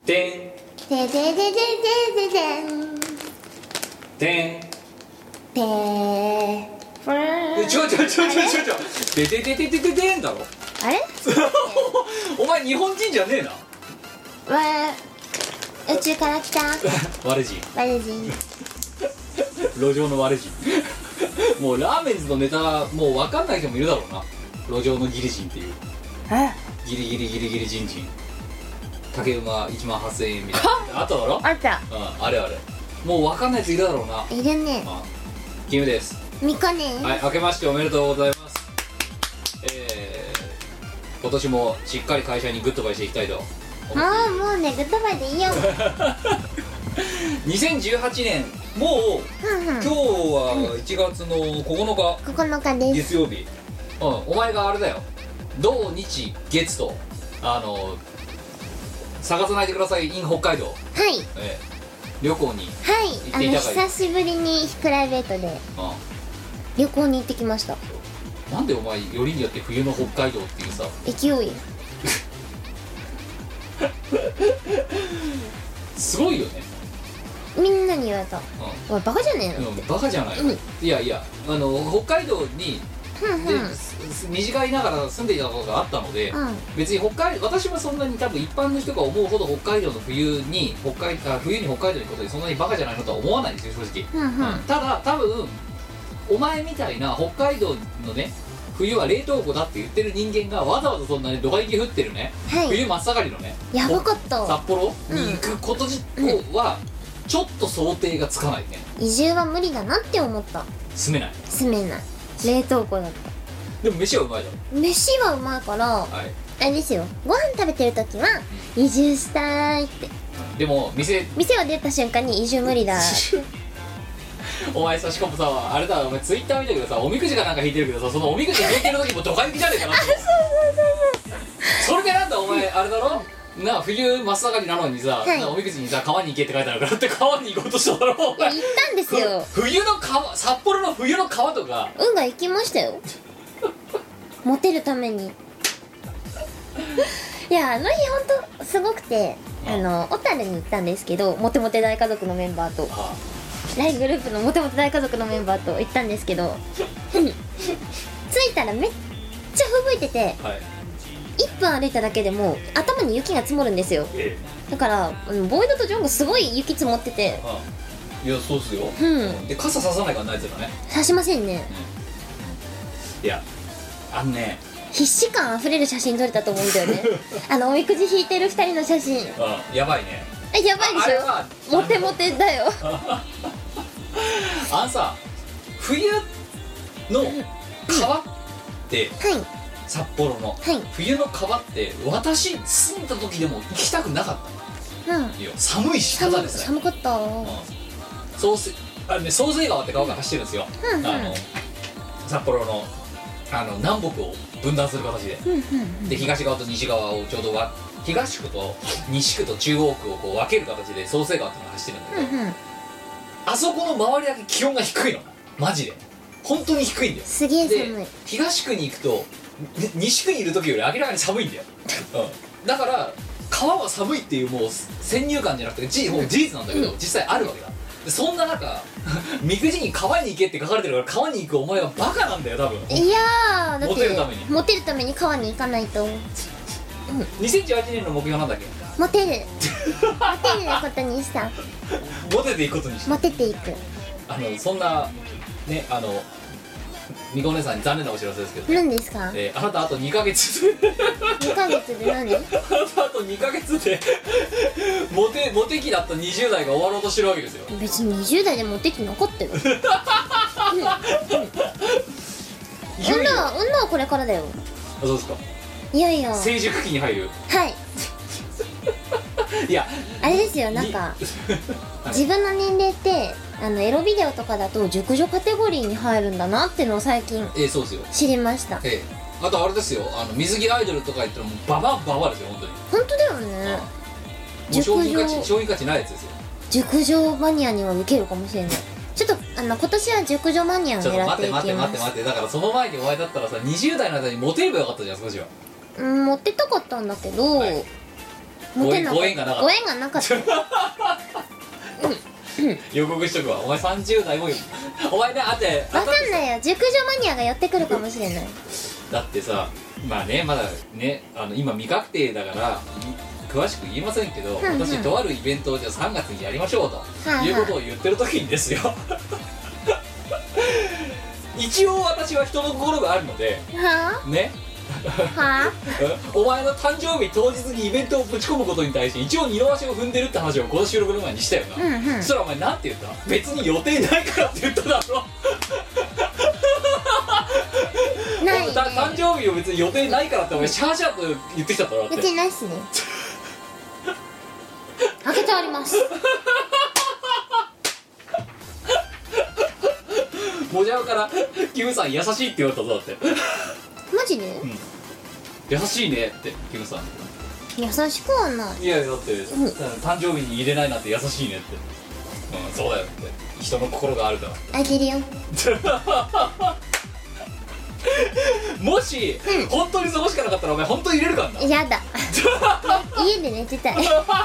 てんてててててててんてんてーふーんちょてててててててんだろあれお前日本人じゃねえな。 わー宇宙から来た悪人バレ人路上の悪人もうラーメンズのネタもう分かんない人もいるだろうな。路上のギリ人っていうギリ人竹馬1万8000円みたいなあっただろ。 あった。 あれもう分かんないやついるだろうな。 いるね。 キムです。 みこね。 はい、明けましておめでとうございます。今年もしっかり会社にグッドバイしていきたいと思ってもうねグッドバイでいいよ 2018年もう今日は1月の9日 9日です。 月曜日。お前があれだよ、土日月と探さないでください in 北海道、 はい旅行にはい行っていただいて、 久しぶりにプライベートで旅行に行ってきました。 なんでお前よりによって冬の北海道っていうさ勢いすごいよね。 みんなに言われた。おいバカじゃねえのって。 バカじゃないよ、いや北海道に短いながら住んでいたことがあったので、別に私もそんなに多分一般の人が思うほど北海道の冬に北海道に行くことでそんなにバカじゃないのとは思わないんですよ正直。ただ多分お前みたいな北海道のね冬は冷凍庫だって言ってる人間がわざわざそんなにドカ雪降ってるね、冬真っ盛りのねやばかった。 札幌に行くこと自体はちょっと想定がつかないね。 移住は無理だなって思った。 住めない冷凍庫だった。 でも飯はうまいだろ。 飯はうまいから、あれですよ、ご飯食べてる時は移住したーいって。 でも店を出た瞬間に移住無理だお前さ、しかもさ、あれだ、お前ツイッター見たけどさ、おみくじかなんか引いてるけどさ、そのおみくじ引いてる時もドカ雪じゃねえかなってそれでなんだお前、あれだろな、冬真っ盛りなのにさ、おみくじにさ、川に行けって書いてあるからって川に行こうとしただろ。行ったんですよ。 冬の川、札幌の冬の川とか運が行きましたよモテるためにいや、あの日ほんとすごくて、小樽に行ったんですけど、モテモテ大家族のメンバーとLINE グループのモテモテ大家族のメンバーと行ったんですけど着いたらめっちゃ吹雪いてて、1分歩いただけでもう頭に雪が積もるんですよ。だからボイドとジョンがすごい雪積もってて、 いや、そうっすよ。で、傘ささないからないですよね。 さしませんね。 いや、 必死感あふれる写真撮れたと思うんだよねおみくじ引いてる2人の写真。 やばいね。 やばいでしょ。モテモテだよさ、冬の川って、札幌の、冬の川って私住んだ時でも行きたくなかった。寒いし、ただでさえ寒かった。 創成川って川が走ってるんですよ、札幌の南北を分断する形で、で東側と西側をちょうど東区と西区と中央区をこう分ける形で創成川っていうのが走ってるんだけど、あそこの周りだけ気温が低いの、マジで本当に低いんだよ。 すげえ寒い。 で東区に行くと西区にいる時より明らかに寒いんだよ、だから川は寒いっていうもう先入観じゃなくてもう事実なんだけど、実際あるわけだ。でそんな中みくじに川に行けって書かれてるから川に行くお前はバカなんだよ多分。 いやー、だってモテるために川に行かないと。 2018年の目標なんだっけ。 モテることにした。 モテていくことにした。 モテていく。 そんなね、みこお姉さんに残念なお知らせですけど、 何ですか。 あなたあと2ヶ月 2ヶ月で何あなたあと2ヶ月でモテ期だった20代が終わろうとしてるわけですよ。 別に20代でモテ期残ってる女はこれからだよ。 あ、そうですか。 いやいや、 成熟期に入る。 はいいや、 あれですよ、なんか自分の年齢ってエロビデオとかだと熟女カテゴリーに入るんだなっていうのを最近そうですよ、 知りました。 あとあれですよ、水着アイドルとか言ったらもうババですよ、本当に。 本当だよね。 もう商品価値ないやつですよ。 熟女マニアには受けるかもしれない。ちょっと今年は熟女マニアを狙っていきます。 待って、だからその前にお前だったらさ、20代の間にモテればよかったじゃん、少しは。 モテたかったんだけど、 モテなかった。 ご縁がなかった。 ご縁がなかった。 予告しとくわ。お前30代もお前ね、あってわかんないよ、熟女マニアが寄ってくるかもしれない。 だってさ、まあね、まだね、今未確定だから詳しく言えませんけど、私とあるイベントをじゃあ3月にやりましょうと、いうことを言ってる時にですよ一応私は人の心があるのではねあお前の誕生日当日にイベントをぶち込むことに対して一応二の足を踏んでるって話をこの収録の前にしたよな、そしたらお前なんて言った？別に予定ないからって言っただろないね。 誕生日を別に予定ないからってお前シャーシャーと言ってきただろって。 予定ないっすね。開けてあります。 もじゃおからキムさん優しいって言われたぞだって。 マジで？ 優しいねってキムさん。 優しくはない。 いやだって、誕生日に入れないなんて優しいねって。そうだよって人の心があるから。 あげるよ。 もし、本当にそこしかなかったらお前本当に入れるからな。 やだ。家で寝てたい。誕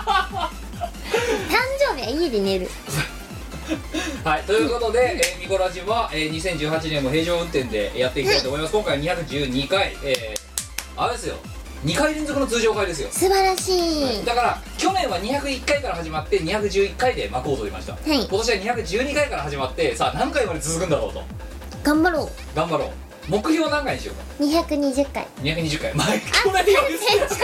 生日は家で寝る。 はい、ということで、ミコラジは、2018年も平常運転でやっていきたいと思います。今回212回、あれですよ、2回連続の通常回ですよ。 素晴らしい。 だから去年は201回から始まって211回で幕を閉じました、今年は212回から始まって、さあ何回まで続くんだろうと。 頑張ろう。 頑張ろう。目標何回にしようか。 220回。 220回。前去年より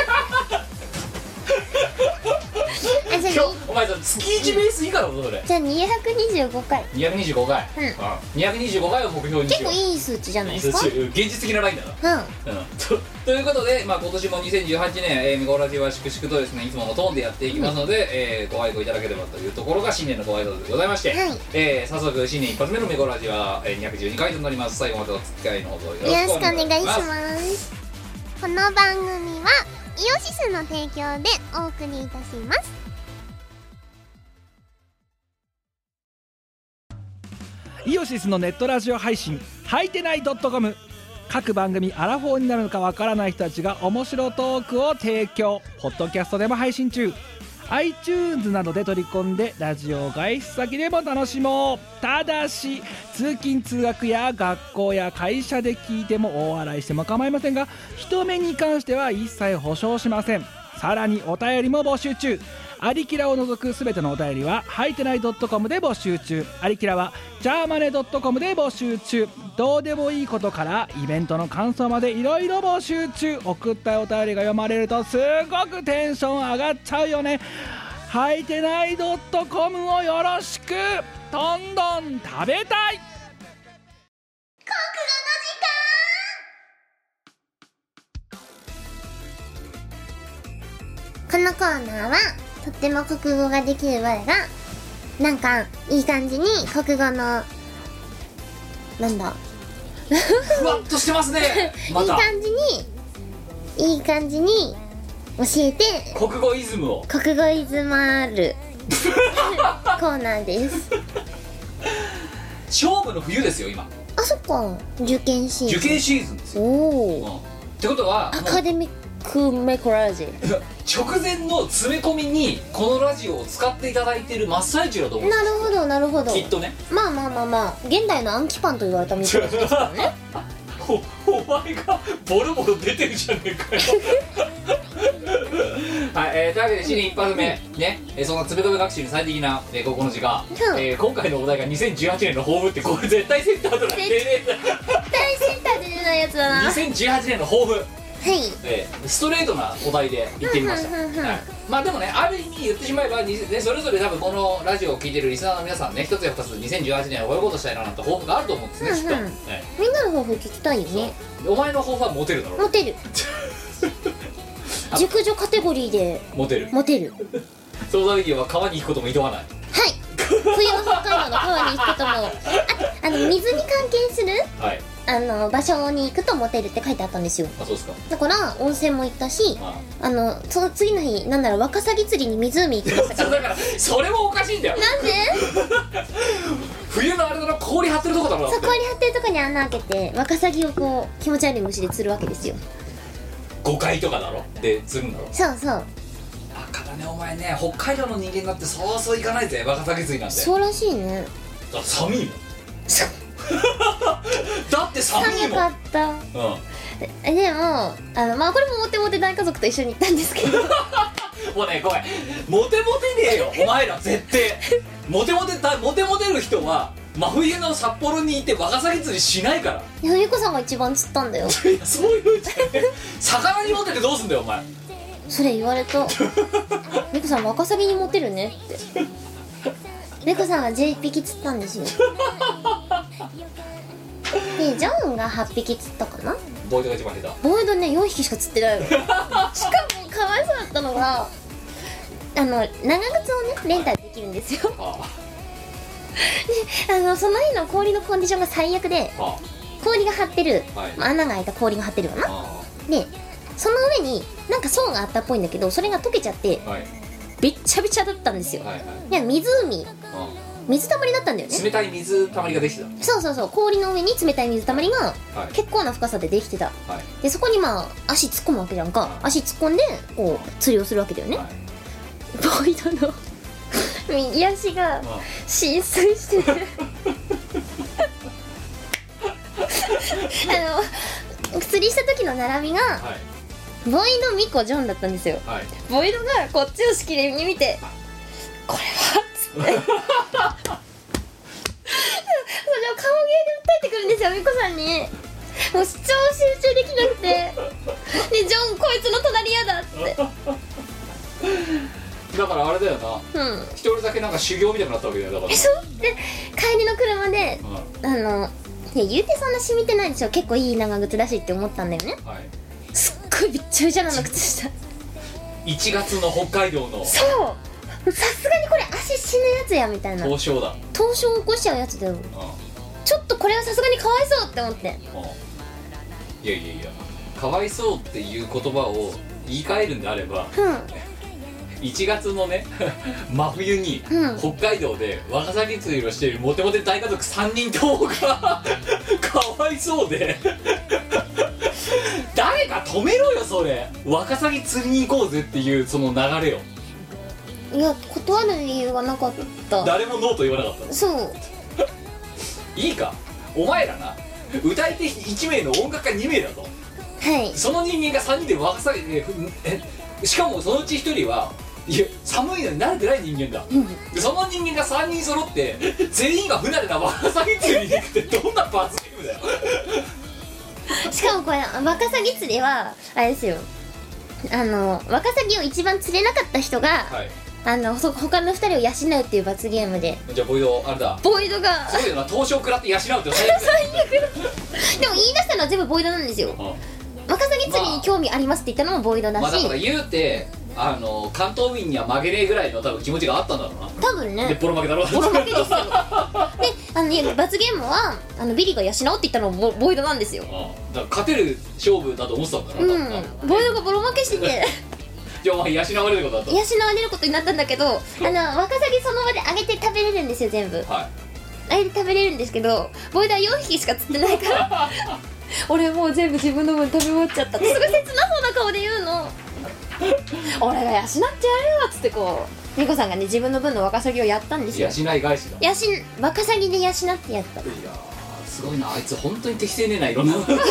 お前さ月1ベース以下だぞそれ。 じゃあ225回。 225回。225回を目標にしよう。 結構いい数値じゃないですか。 現実的なラインだな。ということで、今年も2018年、ミコラジは粛々とですね、いつものトーンでやっていきますので、ご愛顧いただければというところが新年のご挨拶でございまして、早速新年一発目のミコラジは212回となります。最後までお付き合いのほどよろしくお願いします。 この番組はイオシスの提供でお送りいたします。 イオシスのネットラジオ配信はいてない .com、 各番組アラフォーになるのかわからない人たちが面白トークを提供。ポッドキャストでも配信中。 iTunes などで取り込んでラジオ外出先でも楽しもう。ただし通勤通学や学校や会社で聞いても大笑いしても構いませんが、人目に関しては一切保証しません。さらにお便りも募集中。アリキラを除くすべてのお便りははいてない .com で募集中。アリキラはジャーマネ .com で募集中。どうでもいいことからイベントの感想までいろいろ募集中。送ったお便りが読まれるとすごくテンション上がっちゃうよね。はいてない .com をよろしく。どんどん食べたい。 このコーナーはとっても国語ができる我がなんかいい感じに国語のなんだふわっとしてますね。またいい感じに教えて国語イズムを。 国語イズムあるコーナーです。 勝負の冬ですよ今。 あ、そっか、受験シーズン。 受験シーズンですよ。 おお、 ってことはアカデミックメコラジ直前の詰め込みにこのラジオを使っていただいている真っ最中だと思うんですなるほどなるほど。 きっとね。 まあまあまあまあ、現代の暗記パンと言われたみたいですからね。 お前がボロボロ出てるじゃねえかよ。はい、というわけで新年一発目ね、その詰め込み学習に最適な、高校の時間、今回のお題が2018年の抱負って、これ絶対センターとか出ねえんだ。 大センターで出ないやつだな。 2018年の抱負、 はい、 ストレートなお題で言ってみました。まあでもね、ある意味言ってしまえば、それぞれ多分このラジオを聞いてるリスナーの皆さんね、一つや二つ2018年をこういうことしたいななんて抱負があると思うんですね、きっと。 みんなの抱負聞きたいよね。 お前の抱負はモテるだろ。 モテる。熟女カテゴリーでモテる。 モテる。 そのためには川に行くこともいとわない。 はい。冬の北海道の川に行くことも、 水に関係するはい。 場所に行くとモテるって書いてあったんですよ。 あ、そうですか。 だから温泉も行ったし、その次の日なんだろう、ワカサギ釣りに湖行きましたから。 だからそれもおかしいんだよ。 なんで冬のあれだろ、氷張ってるとこだろ。 そう、氷張ってるとこに穴開けてワカサギをこう気持ち悪い虫で釣るわけですよ。 5階とかだろで釣るんだろ。 そうそう。 ワカねお前ね、北海道の人間だってそうそういかないぜワカサギ釣りなんて。 そうらしいね。 だって寒いもんだって寒いもん。 寒かった。 うんでもまあこれもモテモテ大家族と一緒に行ったんですけどもうねごめん、モテモテねえよお前ら絶対。モテモテる人は真冬の札幌にいてワカサギ釣りしないから。 いやゆこさんが一番釣ったんだよ。 いやそういう魚にモテてどうすんだよお前。 それ言われた。ゆこさんワカサギにモテるねって。ゆこさんは11匹釣ったんですよ。でジョンが8匹釣ったかな。 ボイドが一番下手。 ボイドね4匹しか釣ってないの。しかもかわいそうだったのが長靴をねレンタルできるんですよ。 あでその日の氷のコンディションが最悪であ氷が張ってる、 はいまあ穴が開いた氷が張ってるよな。 あでその上になんか層があったっぽいんだけどそれが溶けちゃってはいびっちゃびちゃだったんですよ。 はいはい。 で水たまりだったんだよね。 冷たい水たまりができてた。 そうそうそう、氷の上に冷たい水たまりがはい結構な深さでできてた。 はいでそこにまあ足突っ込むわけじゃんか。 はい足突っ込んでこう釣りをするわけだよね。 はい。 ボイドの右足が浸水してる釣りした時の並びがはいボイド、ミコ、ジョンだったんですよ。 はい。 ボイドがこっちをしきりに見てこれはっつってそれを顔芸で訴えてくるんですよ、ミコさんに。もう超集中できなくてでジョンこいつの隣嫌だっつってだからあれだよな。 うん一人だけなんか修行みたいになったわけだよだから。 そうで帰りの車でうん言うてそんな染みてないでしょ、結構いい長靴だしって思ったんだよね。 はい。 すっごいびっちゃびちゃなの靴下 1月の北海道のそうさすがにこれ足死ぬやつやみたいな凍傷だ。 凍傷を起こしちゃうやつだよ。 うんちょっとこれはさすがにかわいそうって思って。 いやいやいや、かわいそうっていう言葉を言い換えるんであれば、1月のね真冬に北海道でワカサギ釣りをしているモテモテ大家族3人ともがかわいそうで誰か止めろよそれ。ワカサギ釣りに行こうぜっていうその流れを。 いや断る理由がなかった。 誰もノーと言わなかったの。 そういいか、お前らな、歌い手1名の音楽家2名だと。 はいその人間が3人でワカサギしかもそのうち1人はいや寒いのに慣れてない人間だ、でその人間が3人揃って全員が不慣れなワカサギ釣りに行くってどんな罰ゲームだよしかもこれワカサギ釣りはあれですよ、ワカサギを一番釣れなかった人が、 はい他の2人を養うっていう罰ゲームで、 じゃあボイドあれだ、 ボイドがそうだよな、凍傷食らって養うって最悪だよでも言い出したのは全部ボイドなんですよ。ワカサギ釣りに興味ありますって言ったのもボイドだし、 まあだから言うて関東民には負けねえぐらいの多分気持ちがあったんだろうな。 多分ねでボロ負けだろうボロ負けですよで罰ゲームはビリが養うって言ったのもボイドなんですよ。 だから勝てる勝負だと思ってたんだろうな、 ボイドがボロ負けしててじゃあお前養われることだった。 養われることになったんだけど、ワカサギその場で揚げて食べれるんですよ、全部はい揚げて食べれるんですけど、ボイドは4匹しか釣ってないから俺もう全部自分の分食べ終わっちゃったってすごい切なそうな顔で言うの俺が養ってやるよっつってこう、ミコさんがね自分の分のワカサギをやったんですよ。 養い返しだ。 ワカサギで養ってやった。 いやーすごいな、あいつ本当に適正ねえないろんなダメ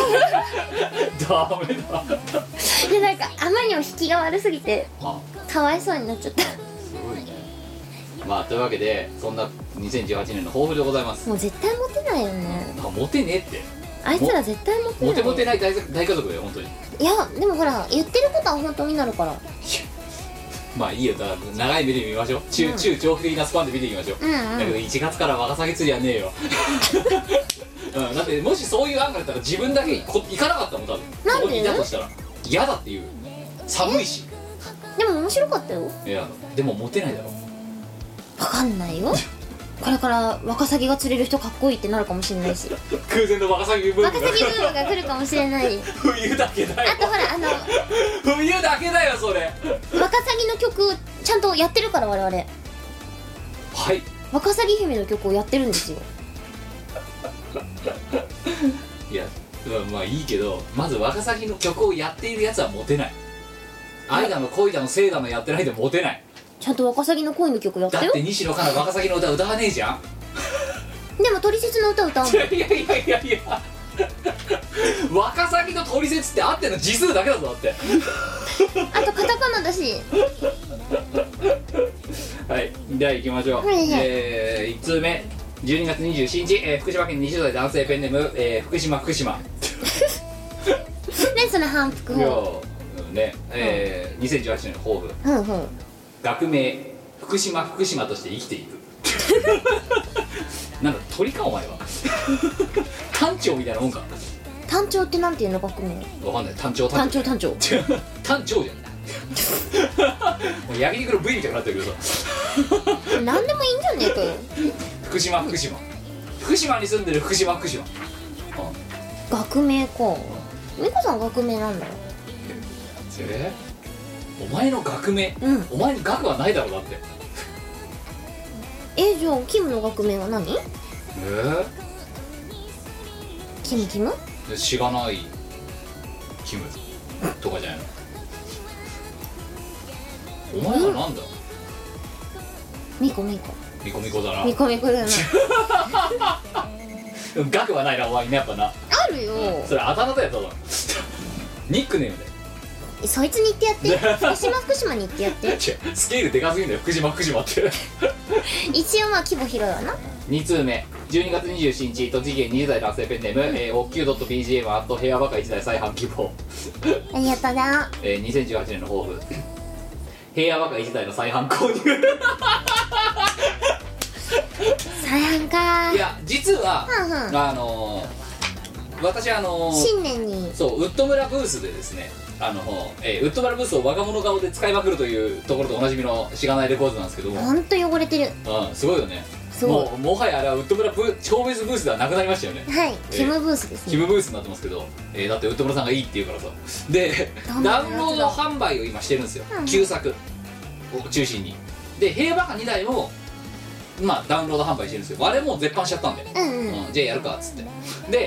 だでなんかあまりにも引きが悪すぎてかわいそうになっちゃった。 すごいね。まあというわけでそんな2018年の抱負でございます。 もう絶対モテないよね、 モテねえって。 あいつら絶対モテない。 モテモテない大家族だよ本当に。 いやでもほら言ってることは本当になるから。 まあいいよ、だから長い目で見ましょう。中長期的なスパンで見ていきましょう。だけど1月からワカサギ釣りはねえよだってもしそういう案があったら自分だけ行かなかったもん多分。 なんでそこにいたとしたら嫌だっていう。寒いし。 でも面白かったよ。 いやでもモテないだろ。 わかんないよこれからワカサギが釣れる人かっこいいってなるかもしれないし空前のワカサギブームワカサギブームが来るかもしれない。 冬だけだよ。 あとほら冬だけだよそれ。 ワカサギの曲ちゃんとやってるから我々。 はい。 ワカサギ姫の曲をやってるんですよ。 いやまあいいけど、まずワカサギの曲をやっているやつはモテない。 愛だの恋だの性だのやってないでモテない。 ちゃんとワカサギの恋の曲やったよ。 だって西野カナワカサギの歌歌わねえじゃん。 でもトリセツの歌歌うもん。 いやいやいやいやワカサギのトリセツってあってんの字数だけだぞだってあとカタカナだし。 はいでは行きましょう、 はいはい 1通目12月27日、福島県20代男性ペンネーム、福島何その反復いや法。 ね2018年の抱負、学名福島として生きていくなんだ鳥かお前は単調みたいなもんか。 単調ってなんていうの学名。 わかんない。単調単調単調じゃんもう焼肉の部位みたいになってるけどさなんでもいいんじゃねえかよ。 福島に住んでる福島、 学名か。美子さん学名なんだよ。 お前の学名、お前に学はないだろうだって。 じゃあキムの学名は何？キムしがないキムとかじゃないのお前はなんだ、 ミコだな。 ミコだな。 学はないなお前にねやっぱな。 あるよ、 それあだ名だよただニックネームでそいつに言ってやって福島に言ってやってスケールでかすぎんだよ福島って一応まあ規模広いわな。 2通目12月27日栃木県20代男性ペンネーム、おっきゅう .bgm@ 部屋バカ1台再販希望ありがとうな。 2018年の抱負部屋バカ1台の再販購入再販か。 いや実は、私新年にそうウッド村ブースでですねウッド村ブースを若者顔で使いまくるというところとおなじみのしがないレコードなんですけども、 ほんと汚れてる。 すごいよね。もはやあれはウッド村超別ブースではなくなりましたよね。 はい、キムブースですね。 キムブースになってますけど、だってウッド村さんがいいって言うからさ。でダウンロード販売を今してるんですよ、旧作を中心に。で平バカ2台もまあダウンロード販売してるんですよ。あれもう絶版しちゃったんで、じゃあやるかっつって。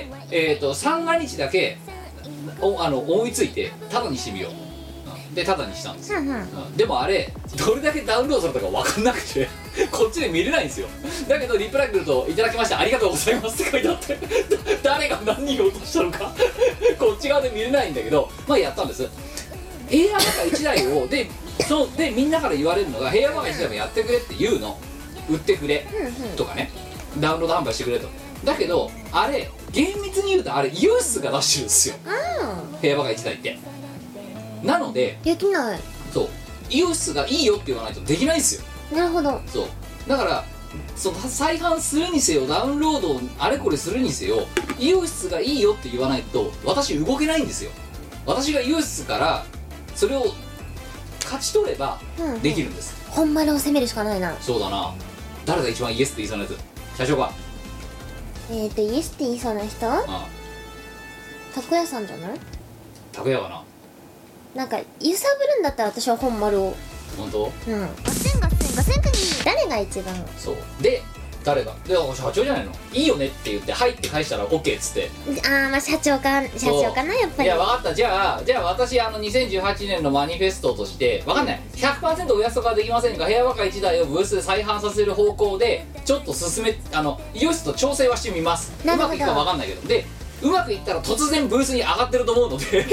で三が日だけ思いついてタダにしてみようでタダにしたんですよ、でもあれどれだけダウンロードされたか分かんなくてこっちで見れないんですよ。だけどリプライ来ると「いただきましてありがとうございます」って書いてあって誰が何を落としたのかこっち側で見れないんだけど、まあやったんです。平野バカ1台をでみんなから言われるのが平野バカ1台もやってくれって言うの。売ってくれとかね、ダウンロード販売してくれと。だけどあれ厳密に言うとあれイオシスが出してるんですよ、平和バカ1台って。なのでできない。 そうイオシスがいいよって言わないとできないんですよ。 なるほど。 そうだから再販するにせよダウンロードをあれこれするにせよイオシスがいいよって言わないと私動けないんですよ。私がイオシスからそれを勝ち取ればできるんです、 本丸を攻めるしかないな。 そうだな。誰が一番イエスって言いそうなやつ？社長か。 イエスって言いそうな人？たこ屋さんじゃない？ たこ屋かな。 なんか揺さぶるんだったら私は本丸を。 本当？ ガセン誰が一番？ そうで誰がで社長じゃないの。いいよねって言って「はい」って返したら OK っつって。 まあ社長かなやっぱり。 いや分かった。じゃあ私2018年のマニフェストとして分かんない 100% お安くはできませんが部屋バカ1台をブースで再販させる方向でちょっと進めイオシスと調整はしてみます。うまくいくか分かんないけど。でうまくいったら突然ブースに上がってると思うので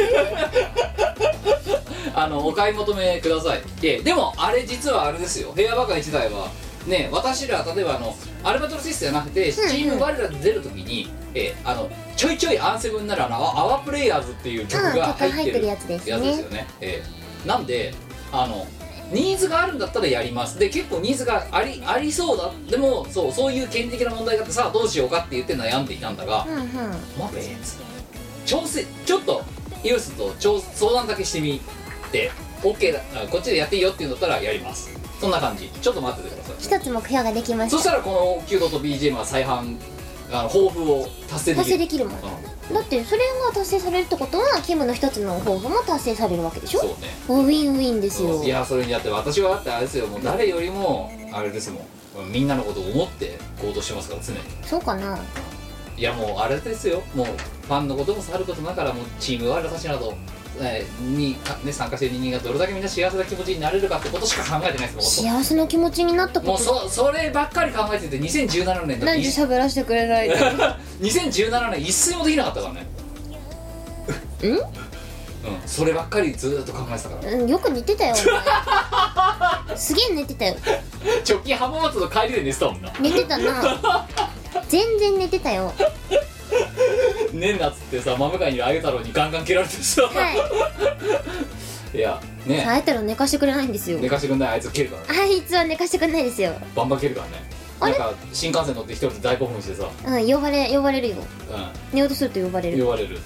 お買い求めください。でもあれ実はあれですよ。部屋バカ1台はね、私ら例えばアルバトロシスじゃなくてチーム我らで出るときに、ちょいちょいアンセムになるアワープレイヤーズっていう曲が入ってるやつですよね。なんでニーズがあるんだったらやります。で結構ニーズがありそうだ。でもそういう権利的な問題があってさあどうしようかって言って悩んでいたんだが、まあ別に調整ちょっとイオシスと相談だけしてみて OK だこっちでやっていいよっていうんだったらやります。そんな感じ。ちょっと待っててください。 一つ目標ができました。 そしたらこの Q.BGM は再販抱負を達成できるもん、 だってそれが達成されるってことはキムの一つの抱負も達成されるわけでしょ。 そうね。 ウィンウィンですよ。 いやそれにだって私はだってあれですよ。もう誰よりもあれですもん。みんなのことを思って行動してますから常に。 そうかな。 いやもうあれですよ、もうファンのこともさることながらもうチーム我らたちなど、にね、参加している人間がどれだけみんな幸せな気持ちになれるかってことしか考えてないですもん。 幸せな気持ちになったもうことそればっかり考えてて、2017年なんで喋らせてくれないの 2017年一睡もできなかったからね。うんそればっかりずーっと考えてたから、 うん、よく寝てたよお前すげえ寝てたよ。 直近浜松の帰りで寝てたもんな。 寝てたな全然寝てたよ。 ねんなっつってさ、真向かいにいるあゆ太郎にガンガン蹴られてさ、 はいいやね、 あいたら寝かしてくれないんですよ。 寝かしてくんない。あいつ蹴るからね、 あいつは寝かしてくれないですよ。 バンバン蹴るからね。なんか新幹線乗って一人で大興奮してさ、 うん、呼ばれるよ。寝ようとすると呼ばれる。 呼ばれる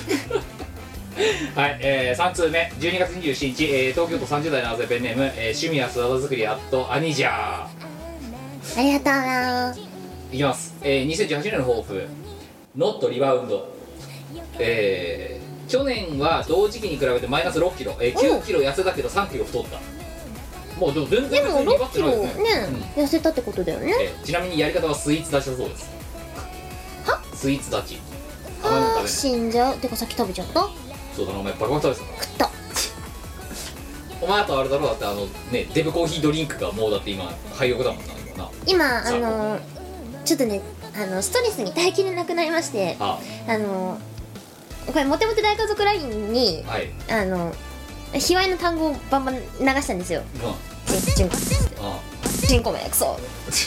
はい、3通目12月27日、東京都30代の男性ペンネーム、趣味や育て作りアニジャー。 ありがとうな。 いきます、2018年の抱負、ノットリバウンド。去年は同時期に比べてマイナス6キロ、9キロ痩せたけど3キロ太った。もうでも全然でも6キロね、 痩せたってことだよね。 ちなみにやり方はスイーツ立ちだそうです。 はスイーツ立ち。甘いもん食べない。 死んじゃう。てかさっき食べちゃった。 そうだな、お前バカバカ食べてたな。 食った。 お前あとあれだろう、だってね、デブコーヒードリンクがもうだって今廃屋だもんな、今な。 今ちょっとねストレスに耐えきれなくなりまして、 あこれモテモテ大家族 LINE にはい卑猥な単語をバンバン流したんですよ。チンコあチンコめクソ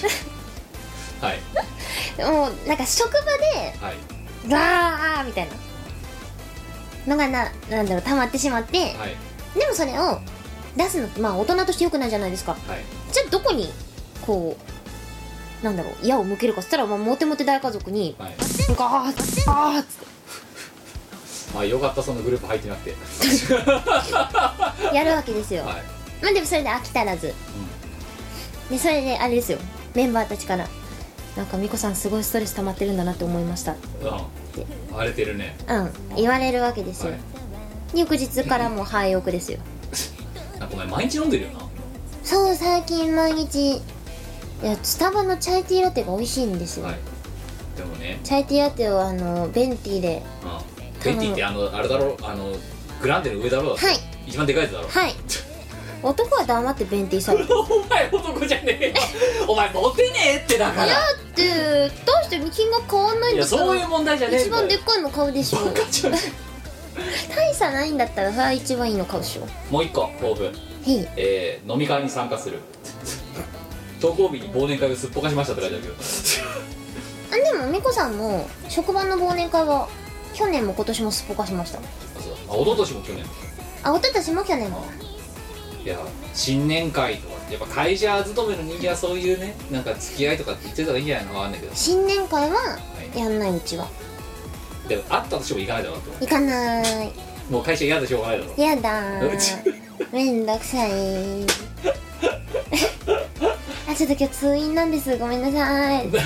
はいもうなんか職場ではいガーみたいなのがなんだろう溜まってしまって、 はいでもそれを出すのってまあ大人として良くないじゃないですか。 はいじゃあどこにこうなんだろう矢を向けるかっつったら、まあ、モテモテ大家族にはい。 ガーッガーッつってまあよかった、そのグループ入ってなくてやるわけですよ。 はいまあでもそれで飽き足らず、でそれであれですよ、メンバーたちからなんか美子さんすごいストレス溜まってるんだなって思いました荒れてるね。 言われるわけですよ、 はい、 翌日からもう廃屋ですよ。 なんかお前毎日飲んでるよな。 そう、最近毎日いやスタバのチャイティーラテが美味しいんですよ、 はいでもね、 チャイティーラテをベンティでベンティってあれだろ、グランデの上だろ。 はい一番でかいやつだろ。 はい男は黙ってベンティされてお前男じゃねえよお前モテねえってだから。 だってどうして金額変わんないんだったらいやそういう問題じゃねえんだよ。 一番でっかいの買うでしょ。 バカじゃね大差ないんだったらさ一番いいの買うでしょ。 もう一個抱負、 へい飲み会に参加する登校日に忘年会をすっぽかしましたって書いてあるけどでも美子さんも職場の忘年会は去年も今年もすっぽかしました。 あ、そう、一昨年も去年も。 あ、一昨年も去年も。 いや新年会とかやっぱ会社勤めの人間はそういうね、なんか付き合いとかって言ってた方がいいんじゃないのかわかんないけど、 新年会はやんない、うちはでもあったとしても行かないだろうと。 行かない。 もう会社嫌でしょうがないだろう。 やだーめんどくさいあ、ちょっと今日通院なんです、ごめんなさい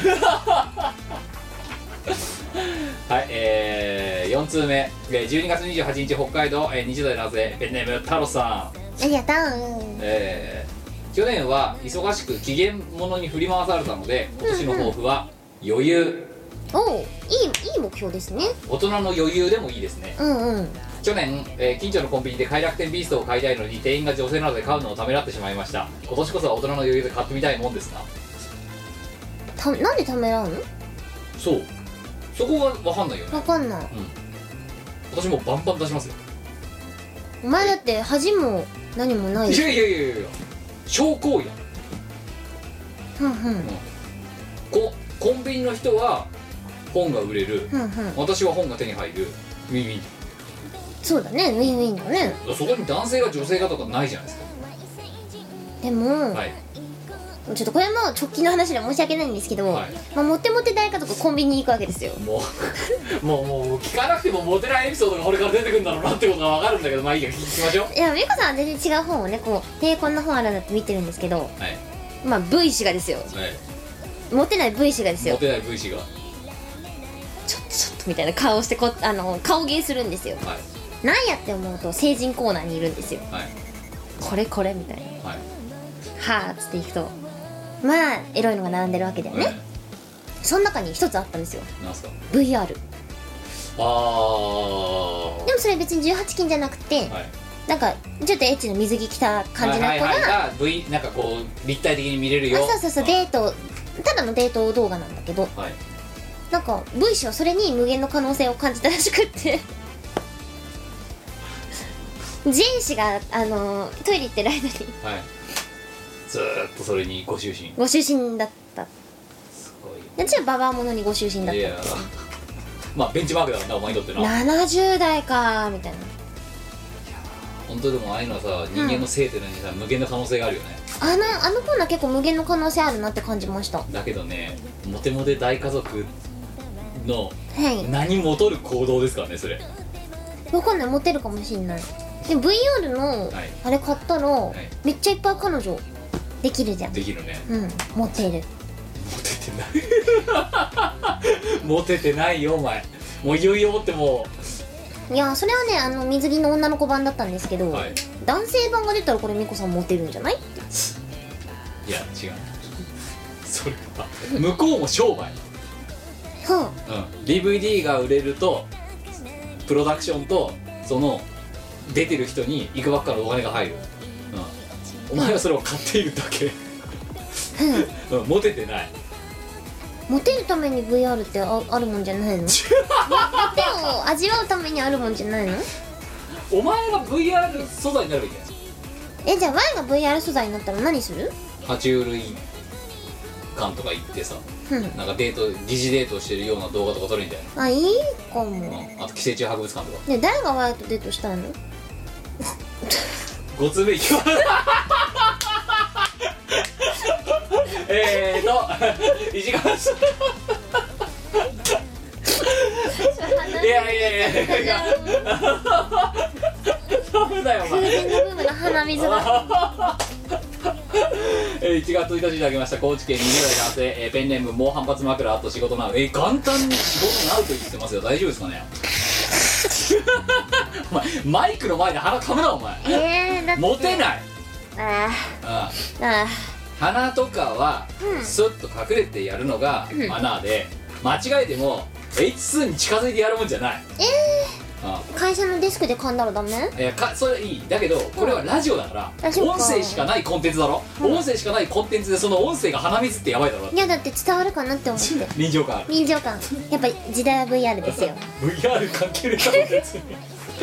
はい、4通目、12月28日北海道、20代男性ペンネーム太郎さん。 ありがとう。 去年は忙しく機嫌物に振り回されたので、今年の抱負は余裕。 おう、いい目標ですね。 大人の余裕でもいいですね。去年、近所のコンビニで快楽天ビーストを買いたいのに店員が女性なので買うのをためらってしまいました。今年こそは大人の余裕で買ってみたいもんですが。 なんでためらうの？ そう、そこは分かんないよね。 分かんない、 私もうバンバン出しますよ。 お前だって恥も何もない。 いや証拠や。コンビニの人は本が売れる、私は本が手に入る、ウィンウィン。 そうだね、ウィンウィンだね。 そこに男性が女性がとかないじゃないですか。 でも、 はい、 ちょっとこれも直近の話で申し訳ないんですけど、モテモテ大家族コンビニに行くわけですよ。 もう聞かなくてもモテないエピソードがこれから出てくるんだろうなってことが分かるんだけど、まあいいや、聞きましょう。 いや、美子さんは全然違う本をね、こうこんな本あるんだって見てるんですけど、まあ V 氏がですよ、モテない V 氏がですよ、 モテない V 氏がちょっとみたいな顔して顔芸するんですよ。なんやって思うと成人コーナーにいるんですよ。これみたいな、はあっつっていくと、まあエロいのが並んでるわけだよね。 その中に一つあったんですよ。 なんすか。 VR。 であもそれ別に18禁じゃなくて、 はいなんかちょっとエッチな水着着た感じの子が、 V なんかこう立体的に見れるよ。 そうそうそう、デート、ただのデート動画なんだけど、 はいなんか V 氏はそれに無限の可能性を感じたらしくってジェン氏がトイレ行ってる間にはいずーっとそれにご就寝。 ご就寝だった。 すごいよ。 でちはババアものにご就寝だっいやまあベンチマークだからなお前にとってな。 た。70代かーみたいな。 本当でもああいうのはさ、人間の性ってのにさ、無限の可能性があるよね。 あのコーナー結構無限の可能性あるなって感じました。はだけどね、モテモテ大家族のい。 何もとる行動ですからね、それ。 わかんない、モテるかもしんない。で VR の、 はいあれ買ったら、 いめっちゃいっぱい彼女できるじゃん。 できるね。 うん、モテる。 モテてないモテてないよお前。もういよいよもってもいやそれはね水着の女の子版だったんですけど、 はい男性版が出たらこれミコさんモテるんじゃない？ いや違う、それは向こうも商売。 は DVD が売れるとプロダクションとその出てる人にいくばっかのお金が入る、お前はそれを買っているだけ、モテてない。 モテるために VR ってあるもんじゃないの？モテを味わうためにあるもんじゃないの？ お前が VR 素材になるべきだよ。 じゃあ Y が VR 素材になったら何する？ 爬虫類館とか行ってさ、 うんなんかデート疑似デートしてるような動画とか撮れんじゃないあ、いいかも。 の、あと寄生虫博物館とか。 ね、誰が Y とデートしたいの 5つ目いきます1時間いやダメだよお空前前のブームの鼻水が 1月1日いただきました。高知県20代男性、ペンネーム猛反発枕あと仕事なう。元旦に仕事なうと言ってますよ。大丈夫ですかねお前マイクの前で鼻かむなお前。 だってモテない。 あああ鼻とかはスッと隠れてやるのがマナーで、間違えても H2 に近づいてやるもんじゃない。 会社のデスクで噛んだらダメ？ それいいだけど、これはラジオだから音声しかないコンテンツだろ、音声しかないコンテンツでその音声が鼻水ってやばいだろ。 いやだって伝わるかなって思って臨場感ある。 臨場感やっぱり時代は VR ですよ VR 関係ない別に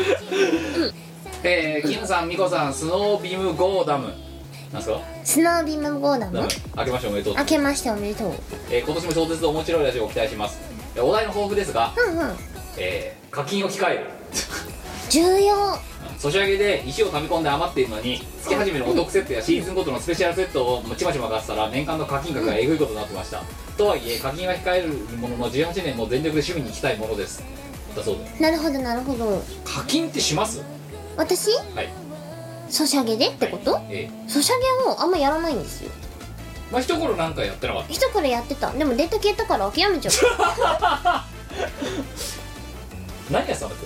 キムさん、ミコさん、スノービームゴーダムなんすか？ スノービームゴーダム明けましておめでとう。 明けましておめでとう。 今年も超絶面白いラジオを期待します。お題の抱負ですが、課金を控える重要。 ソシャゲで石を溜め込んで余っているのに月始めのお得セットやシーズンごとのスペシャルセットをちまちま買ってたら年間の課金額がえぐいことになってました。とはいえ課金は控えるものの18年も全力で趣味に行きたいものですだそうです。 なるほどなるほど。 課金ってします？ 私はい。 ソシャゲでってこと？ソシャゲをあんまやらないんですよ。 まあ一頃なんかやってなかった。 一からやってた。でもデータ消えたから諦めちゃった何やってたんだっ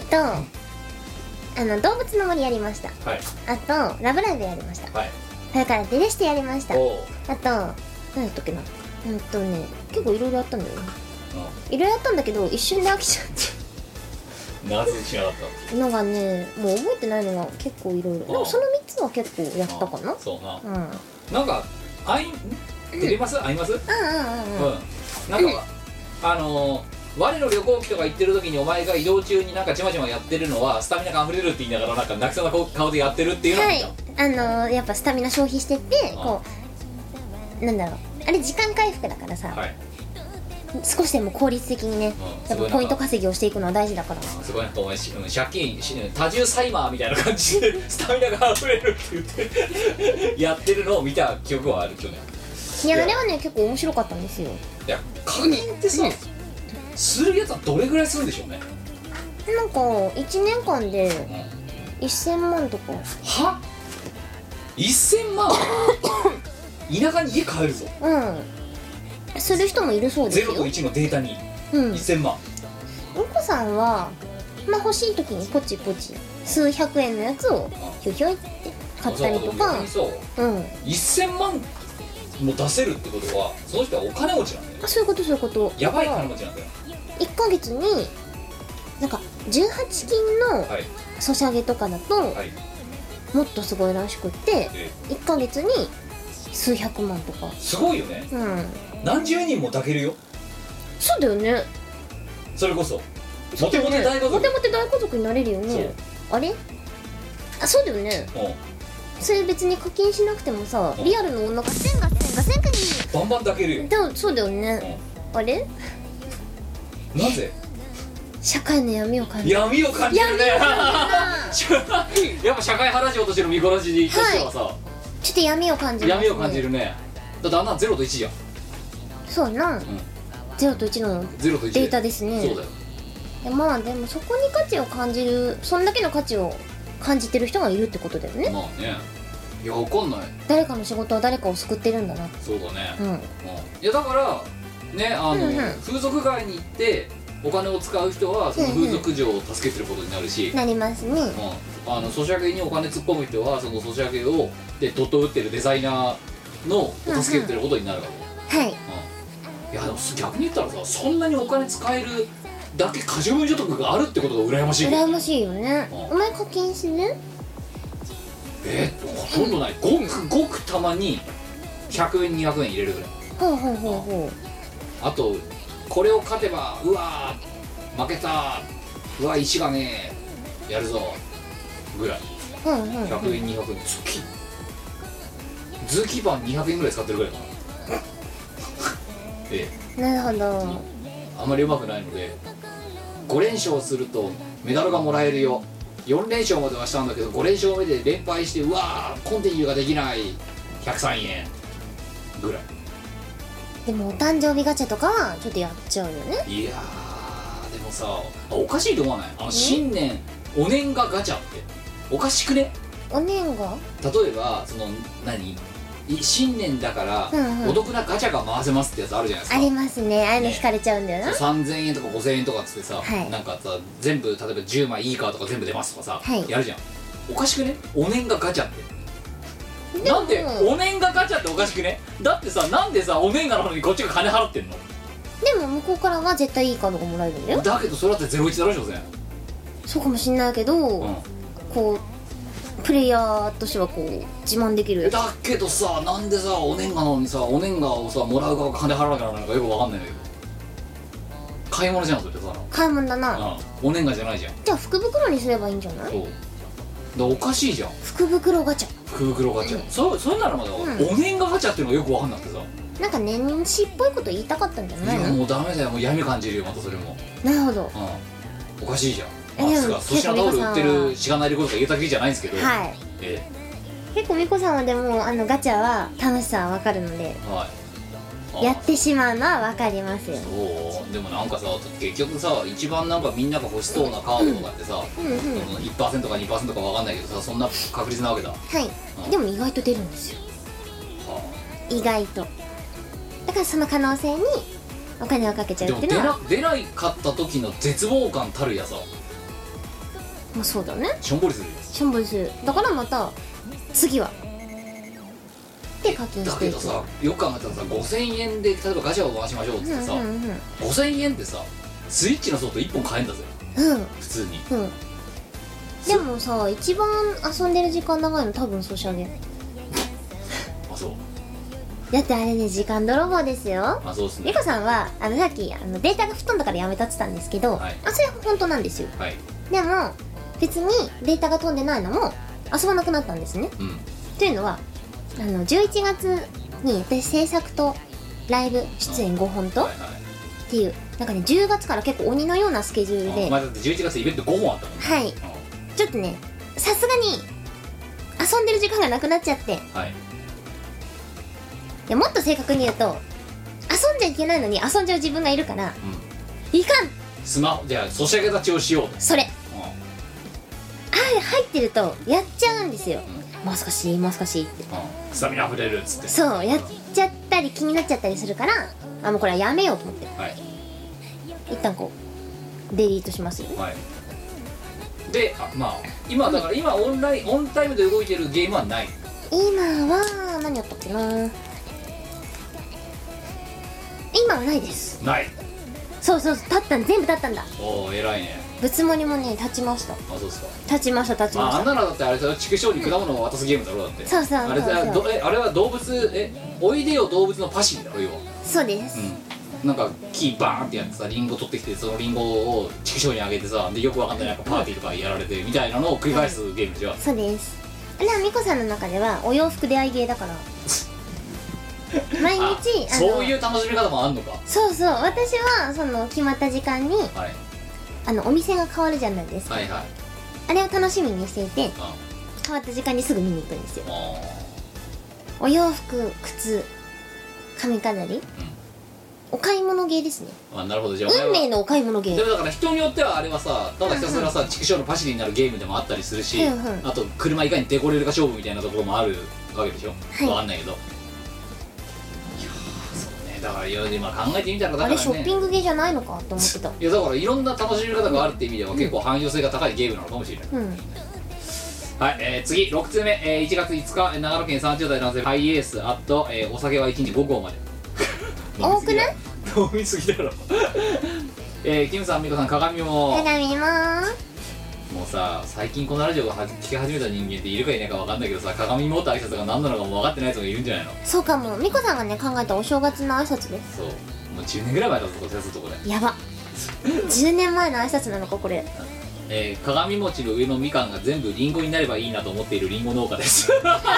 動物の森やりました。 け？はいあとラブライブやりました。 はい。 それからデレステやりました。 おう、 あと何やったっけな、結構いろいろやったんだよね。いろいろやったんだけど一瞬で飽きちゃっなぜしなかったのがね、もう覚えてないのが結構いろいろ。でもその3つは結構やったかな。 そうな、 うんなんか出れます会います？なんか我の旅行機とか行ってる時にお前が移動中になんかちまちまやってるのはスタミナが溢れるって言いながらなんか泣きそうな顔でやってるっていうのを見た。 はい、やっぱスタミナ消費してってこうなんだろう、あれ時間回復だからさ、 はい、 少しでも効率的にね、やっぱポイント稼ぎをしていくのは大事だから。 すごいなんかお前借金多重サイマーみたいな感じでスタミナが溢れるって言ってやってるのを見た記憶はある去年。 いやあれはね結構面白かったんですよ。 いや課金ってさ、するやつはどれぐらいするんでしょうね。 なんか1年間で1000万とか。 は1000万田舎に家買えるぞ。 する人もいるそうですよ。 0と1のデータに1000万。 お子さんは欲しい時にポチポチ数百円のやつをひょひょいって買ったりとか。 1000万もう出せるってことはその人はお金持ちなんだよね。 そういうことそういうこと。 やばい金持ちなんだよ。 1ヶ月になんか18金のはいソシャゲとかだとはいもっとすごいらしくって、1ヶ月に数百万とか。 すごいよね。 うん、 何十人も抱けるよ。 そうだよね。 それこそモテモテ大家族。 モテモテ大家族になれるよね。あれあ、そうだよね。それ別に課金しなくてもさ、リアルの女が1000がバンバン抱けるよ。 でもそうだよね。あれなぜ社会の闇を感じる。 闇を感じるね。やっぱ社会原城としての見殺しとしてはさ、 ちょっと闇を感じる、 闇を感じるね。だってあんな0と1じゃん。 そうな、0と1の 0と1 データですね。 そうだよ。 まあでもそこに価値を感じる、そんだけの価値を感じてる人がいるってことだよね。 まあね。いや、わかんない。 誰かの仕事は誰かを救ってるんだな。 そうだね。 うん。 いやだからね、風俗街に行ってお金を使う人はその風俗嬢を助けてることになるし、 なりますね。 ソシャゲにお金突っ込む人はそのソシャゲをでドット打ってるデザイナーのを助けてることになるわけ。 はい。 いやでも逆に言ったらさ、そんなにお金使えるだけ可処分所得があるってことが羨ましい。 羨ましいよね。お前課金する？ ほとんどない。ごくたまに100円200円入れるぐらい。 ほうほうほうほう。 あとこれを勝てばうわー負けた、うわ石がねえやるぞぐらい。100円200円月パン200円ぐらい使ってるぐらいかな。 なるほど。 あんまりうまくないので、5連勝するとメダルがもらえるよ。4連勝まではしたんだけど5連勝目で連敗してうわーコンティニューができない、103円ぐらい。 でもお誕生日ガチャとかはちょっとやっちゃうよね。 いやーでもさ、おかしいと思わない？新年お年賀ガチャっておかしくね？ お年賀？ 例えばその新年だからお得なガチャが回せますってやつあるじゃないですか。 ありますね。ああいうの引かれちゃうんだよな。 3000円とか5000円とかっつってさ、なんかさ全部例えば10枚いいカードとか全部出ますとかさ、やるじゃん。おかしくね？お年賀ガチャってなんでお年賀ガチャっておかしくね？だってさ、なんでさお年賀なのにこっちが金払ってんの？ でも向こうからは絶対いいカードがもらえるんだよ。 だけどそれだって01だろ、所詮。 そうかもしんないけど、こうプレイヤーとしてはこう自慢できる。 だけどさ、なんでさお年賀なのにさお年賀をさもらう側が金払わなきゃならないのかよくわかんないんだけど、買い物じゃんそれってさ。 買い物だな。 お年賀じゃないじゃん。 じゃあ福袋にすればいいんじゃない？ そうだ、おかしいじゃん。 福袋ガチャ。 福袋ガチャ、それならまだ、お年賀ガチャっていうのがよくわかんなくてさ、 なんか年始っぽいこと言いたかったんじゃないの？ いやもうダメだよ、もう闇感じるよまたそれも。 なるほど。 おかしいじゃん。粗品タオル売ってるしがないレコードが言えたきりじゃないんですけど、 はい、結構みこさんはでもガチャは楽しさはわかるので、やってしまうのはわかりますよ。 そうでもなんかさ、結局さ一番なんかみんなが欲しそうなカードとかってさ、1% か 2% かわかんないけどさ、そんな確率なわけだ。 はい、でも意外と出るんですよ。意外とだからその可能性にお金をかけちゃうっていうのは。 でも出ないかった時の絶望感たるやさ。 まあそうだね。 しょんぼりするよ。 しょんぼりする。だからまた次はで課金していく。 だけどさ、よく考えたらさ、5000円で例えばガチャを回しましょうってさ、5000円ってさスイッチのソフト1本買えんだぜ、普通に。でもさ、一番遊んでる時間長いの多分ソシャゲ。 あ、そうだってあれね、時間泥棒ですよ。 あ、そうですね。 ゆこさんはさっきデータが吹っ飛んだからやめたって言ったんですけど、それは本当なんですよ。でも別にデータが飛んでないのも遊ばなくなったんですね。というのは11月に私制作とライブ出演5本とっていう、なんかね10月から結構鬼のようなスケジュールで、 だって11月イベント5本あったもんね。 はい、ちょっとねさすがに遊んでる時間がなくなっちゃって、いやもっと正確に言うと遊んじゃいけないのに遊んじゃう自分がいるから、いかん。 スマホじゃあソシャゲ立ちをしようと。 それ入ってるとやっちゃうんですよ。もう少しもう少しって、 スタミナ溢れるっつって。 そうやっちゃったり気になっちゃったりするから、もうこれはやめようと思って、一旦こうデリートしますよね。 で、まあ今だから今オンタイムで動いてるゲームはない。 今は何やったっけな。 今はないです。 ない。 そうそう、全部立ったんだ。 おお偉いね。 仏盛りもね立ちました。 あそうですか。 立ちました。 あんなのだってあれさ、畜生に果物を渡すゲームだろだって。 そうそうあれさあれは動物おいでよ動物のパシリだろ要は。 そうです。 なんか木バーンってやってさリンゴ取ってきてそのリンゴを畜生にあげてさでよくわかんないなんかパーティーとかやられてみたいなのを繰り返すゲームじゃん。 そうです。でもミコさんの中ではお洋服出会いゲーだから毎日そういう楽しみ方もあんのか。 そうそう、私はその決まった時間に、 はい、 お店が変わるじゃないですか、 はいはい、 あれを楽しみにしていて変わった時間にすぐ見に行くんですよ。お洋服、靴、髪飾り、お買い物ゲーですね。 あ、なるほど。じゃあ運命のお買い物ゲー。 でもだから人によってはあれはさただひたすらさ畜生のパシリになるゲームでもあったりするし、あと車いかにデコれるか勝負みたいなところもあるわけでしょ、わかんないけど。だから今考えてみたらだから、ね、 あれショッピングゲーじゃないのかと思ってた。 いやだからいろんな楽しみ方があるって意味では結構汎用性が高いゲームなのかもしれない、はい、次6通目、1月5日長野県30代男性ハイエースお酒は1日5合まで多くない飲みすぎだろキムさん、ミコさん、鏡ももうさ最近このラジオが聞き始めた人間っているかいないか分かんないけどさ鏡持った挨拶が何なのかも分かってない人がいるんじゃないの。 そうかも。ミコさんがね考えたお正月の挨拶です。 そうもう10年ぐらい前だぞこれ。 やば10年前の挨拶なのかこれ。 鏡餅の上のみかんが全部リンゴになればいいなと思っているリンゴ農家です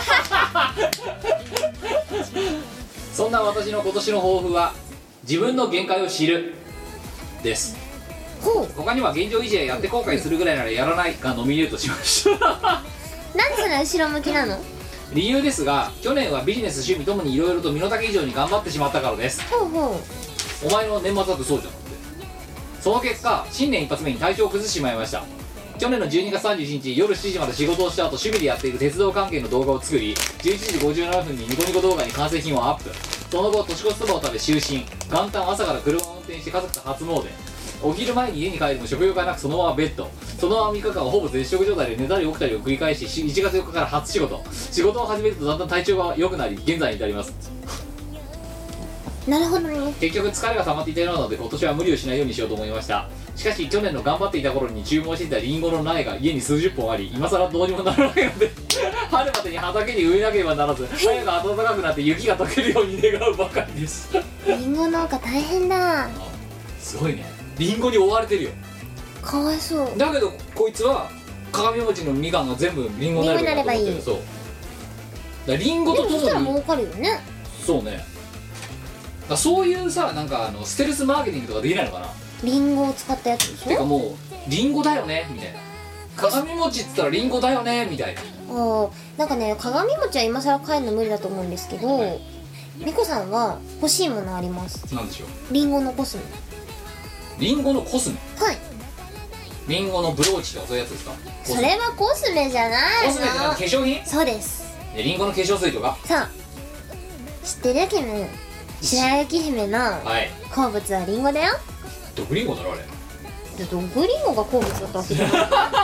そんな私の今年の抱負は自分の限界を知るです。他には現状維持ややって後悔するぐらいならやらないがノミネートしましたなんでそれ後ろ向きなの？ 理由ですが去年はビジネス趣味ともにいろいろと身の丈以上に頑張ってしまったからです。お前の年末だってそうじゃんって。その結果新年一発目に体調を崩してしまいました。去年の12月31日夜7時まで仕事をした後趣味でやっている鉄道関係の動画を作り11時57分にニコニコ動画に完成品をアップ。その後年越しそばを食べ就寝。元旦朝から車を運転して家族と初詣。お昼前に家に帰るも食欲がなくそのままベッド。そのまま3日間はほぼ絶食状態で寝たり起きたりを繰り返し1月4日から初仕事を始めるとだんだん体調が良くなり現在に至ります。 なるほどね。 結局疲れが溜まっていたようなので今年は無理をしないようにしようと思いました。しかし去年の頑張っていた頃に注文していたリンゴの苗が家に数十本あり今更どうにもならないので春までに畑に植えなければならず早く暖かくなって雪が溶けるように願うばかりですリンゴ農家大変だ。 すごいね。リンゴに追われてるよ。 かわいそう。 だけどこいつは鏡餅のみかんが全部リンゴになればいいと思ってる。そうだからリンゴとともにでもそしたら儲かるよね。 そうね。だそういうさなんかステルスマーケティングとかできないのかな。 リンゴを使ったやつでしょ。 てかもうリンゴだよねみたいな。鏡餅っつったらリンゴだよねみたいな。 なんかね鏡餅は今更買えるの無理だと思うんですけど、はい、ミコさんは欲しいものあります。 なんでしょう。 リンゴのコスメ。 リンゴのコスメ。 はい。 リンゴのブローチとかそういうやつですか。 それはコスメじゃないの。 コスメってなんか化粧品。 そうです。 リンゴの化粧水とか。 さあ知ってるキム。白雪姫の好物はリンゴだよ。 毒リンゴだろあれ。 毒リンゴが好物だったわけじゃない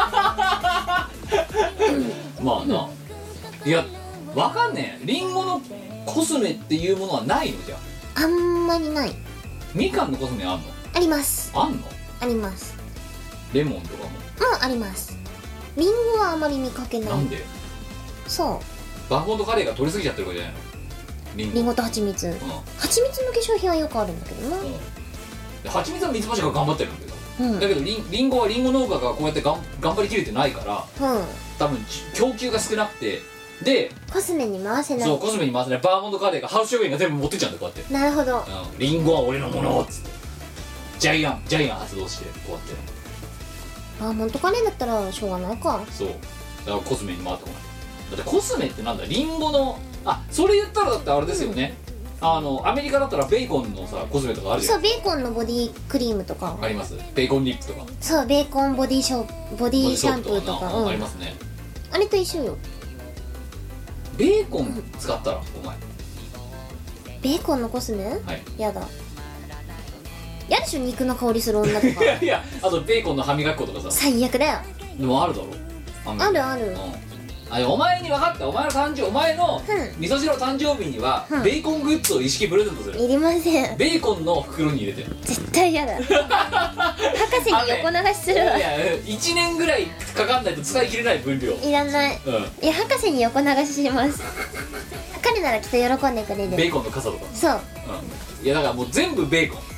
まあな。いやわかんねえ。リンゴのコスメっていうものはないのじゃ。 あんまりない。 みかんのコスメあんの？ あります。 あんの？ あります。 レモンとかもあります。リンゴはあまり見かけない。 なんで？ そうバーボンとカレーが取りすぎちゃってるからじゃないの？ リンゴと蜂蜜、蜂蜜の化粧品はよくあるんだけどな。 蜂蜜は蜜蜂が頑張ってるんだけど、だけどリンゴはリンゴ農家がこうやって頑張りきれてないから、多分供給が少なくてでコスメに回せない。 そうコスメに回せない。バーモントカレーがハウス食品が全部持ってっちゃうんだよこうやって。 なるほど、 リンゴは俺のものっつってジャイアン発動してこうやって。 バーモントカレーだったらしょうがないか。 そうだからコスメに回ってこない。だってコスメってなんだリンゴのそれ言ったらだってあれですよね、アメリカだったらベーコンのさコスメとかあるじゃん。 そうベーコンのボディクリームとかあります。ベーコンリップとか。 そうベーコンボディシャンプーとか、 ありますね。 あれと一緒よ。 ベーコン使ったらお前ベーコンのコスメ、やだ。やでしょ肉の香りする女とかいやあとベーコンの歯磨き粉とかさ最悪だよ。 でもあるだろ。 ある、 お前に分かった、お前の味噌汁の誕生日には、ベーコングッズを一式プレゼントする。 いりません。 ベーコンの袋に入れてる。 絶対嫌だ。博士に横流しするわ。 いや1年ぐらいかかんないと使い切れない分量。 いらない。いや博士に横流しします。彼ならきっと喜んでくれる。 ベーコンの傘とか。 そう。 いやだからもう全部ベーコン。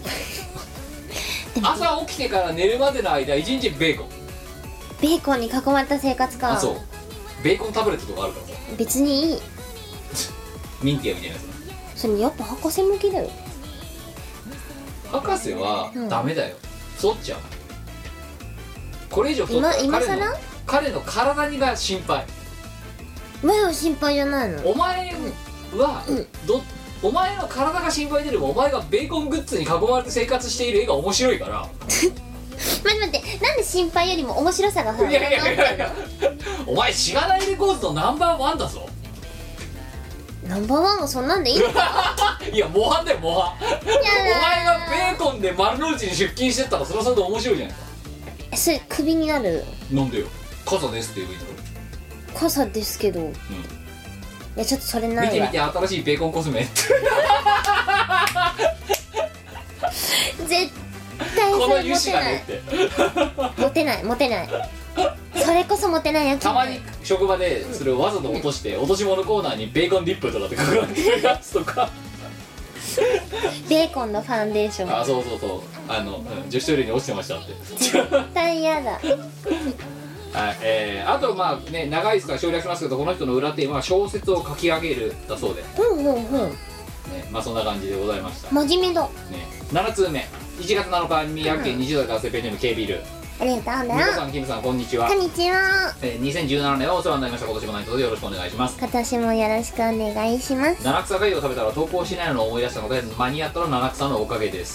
朝起きてから寝るまでの間1日ベーコン。 ベーコンに囲まれた生活か。 あ、そう。ベーコンタブレットとかあるからさ。 別にいい。 ミンティアみたいなやつ。 それやっぱ博士向きだよ。 博士はダメだよ。そっちゃう。これ以上太ったら今さら彼の体にが心配。 前は心配じゃないの。 お前は、お前の体が心配でよりもお前がベーコングッズに囲まれて生活している絵が面白いから。 待って、なんで心配よりも面白さがいやお前しがないレコーズのナンバーワンだぞ。 ナンバーワンはそんなんでいいのか。 いや模範だよ模範。お前がベーコンで丸の内に出勤してったらそれはそれで面白いじゃないか。 それクビになる。 なんでよ。傘ですって言うの。 傘ですけど、いやちょっとそれないわ。 見て見て新しいベーコンコスメ。 絶対このそれ油脂がねってモテないモテない。それこそモテないやつ。 たまに職場でそれをわざと落として落とし物コーナーにベーコンリップとかって書かれてるやつとか。 ベーコンのファンデーション。 あ、そうそうそう、女子トイレに落ちてましたって。 絶対嫌だ。 はい、あとまあね長いですから省略しますけど、この人の裏テーマは小説を書き上げるだそうで、ね、まあそんな感じでございました。 真面目だ。 ね、7通目1月7日宮城県20代男性ペンネーム K ビル。 ありがとうございます。 皆さんキムさんこんにちは。 こんにちは。 2017年はお世話になりました。今年も何卒よろしくお願いします。 今年もよろしくお願いします。 七草がゆを食べたら投稿しないのを思い出したので間に合ったら七草のおかげです。